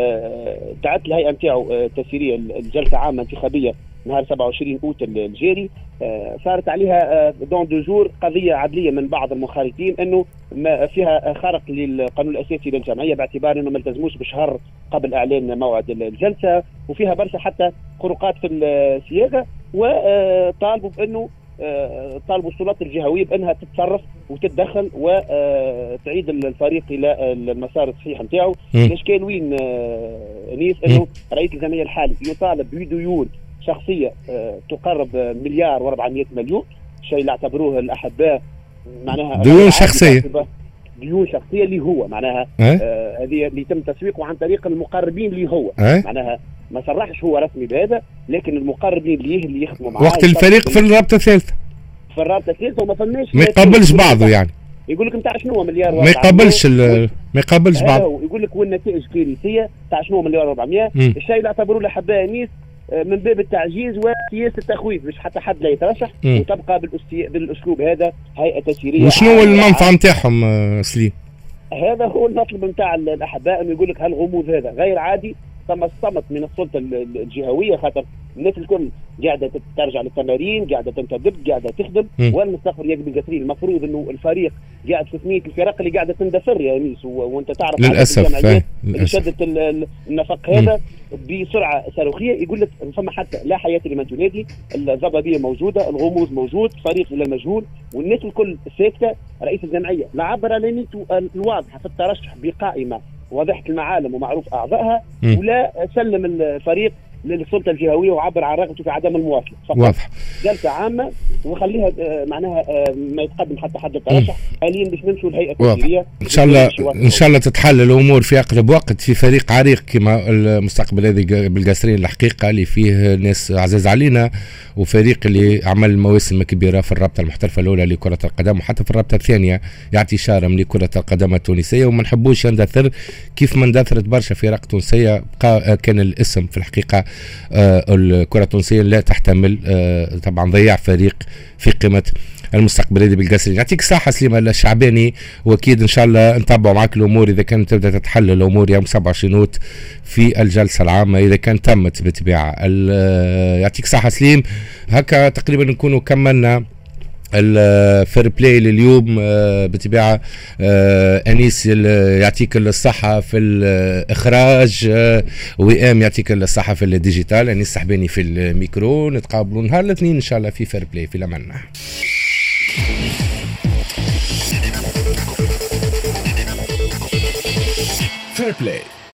دعت الهيئه نتاعو التسييريه الجلسه عامه انتخابيه نهار سبعة وعشرين اوت الجاري. صارت عليها دون دو جور قضيه عدليه من بعض المخالفين انه ما فيها خرق للقانون الاساسي للجمعيه، باعتبار انه ما التزموش بشهر قبل اعلان موعد الجلسه، وفيها برشا حتى خروقات في الصياغه، وطالبوا بانه طالبوا السلطات الجهويه بانها تتصرف وتتدخل وتعيد الفريق الى المسار الصحيح نتاعو. الاشكال وين نيس انه رئيس الجمعيه الحالي يطالب بديون شخصيه تقرب مليار وأربعمائة مليون، شيء اللي اعتبروه الاحباء معناها ديون شخصيه ديون شخصيه اللي هو معناها آه هذه اللي يتم تسويقه عن طريق المقربين اللي هو أه؟ معناها ما صرحش هو رسمي بهذا، لكن المقربين اللي اللي يخدموا معاه وقت الفريق في الرابطه الثالثه في الرابطه الثالثه وما فماش ما يقبلش بعضه، يعني يقول لك نتاع شنو مليار ما يقبلش ما يقبلش بعضه، يقول لك والنتائج كارثيه تاع شنو مليار وأربعمائة. الشيء اللي اعتبروه الاحباء نيس من باب التعجيز وسياسه التخويف باش حتى حد لا يترشح، م. وتبقى بالاسلوب هذا هيئه تسييريه. وشنو المنفعه نتاعهم سليم؟ هذا هو المطلب نتاع الاحباء، انه يقول لك هالغموض هذا غير عادي، ثم الصمت من السلطه الجهويه، خاطر الناس الكل قاعده ترجع للتمارين، قاعده تنتدب، قاعده تخدم، والمستقبل الرياضي بالقصري المفروض انه الفريق قاعد في ثنيه الفرق اللي قاعده تندثر يا نيس، وانت تعرف للاسف اللي شدت النفق هذا بسرعه صاروخيه. يقول لك فما حتى لا حياه لمن تنادي، الضبابيه موجوده، الغموض موجود، فريق الى المجهول، والناس الكل ساكته. رئيس الجمعيه لا عبر على نيته الواضحه في الترشح بقائمه واضحه المعالم ومعروف اعضائها، ولا سلم الفريق للسلطه الجهويه وعبر عن رغبته في عدم المواصله. واضح. جلسه عامه وخليها معناها ما يتقدم حتى حد الترشح. حاليا باش نمشوا الهيئه التسييريه ان شاء الله ان شاء الله تتحل الامور في اقرب وقت في فريق عريق كما المستقبل هذه بالقصرين الحقيقه اللي فيه ناس عزاز علينا، وفريق اللي عمل مواسم كبيره في الرابطه المحترفه الاولى لكره القدم وحتى في الرابطه الثانيه يعطي اشاره من كره القدم التونسيه، وما نحبوش يندثر كيف ما اندثرت برشا فرق تونسيه. كان الاسم في الحقيقه آه الكره التونسيه لا تحتمل آه طبعا ضياع فريق في قمه المستقبل هذه بالقصرين. يعطيك الصحه سليمه الشعباني، واكيد ان شاء الله نتابعوا معك الامور اذا كانت تبدا تتحل الامور يوم سبعة وعشرين اوت في الجلسه العامه اذا كان تمت بالطبيعه. يعطيك الصحه سليم. هكا تقريبا نكونوا كملنا الفير بلاي لليوم. بطبيعه انيس يعطيك الصحه في الاخراج، وئام يعطيك الصحه في الديجيتال، انيس سحباني في الميكرو. نتقابلوا نهار الاثنين ان شاء الله في فير بلاي. في الامان. فير بلاي.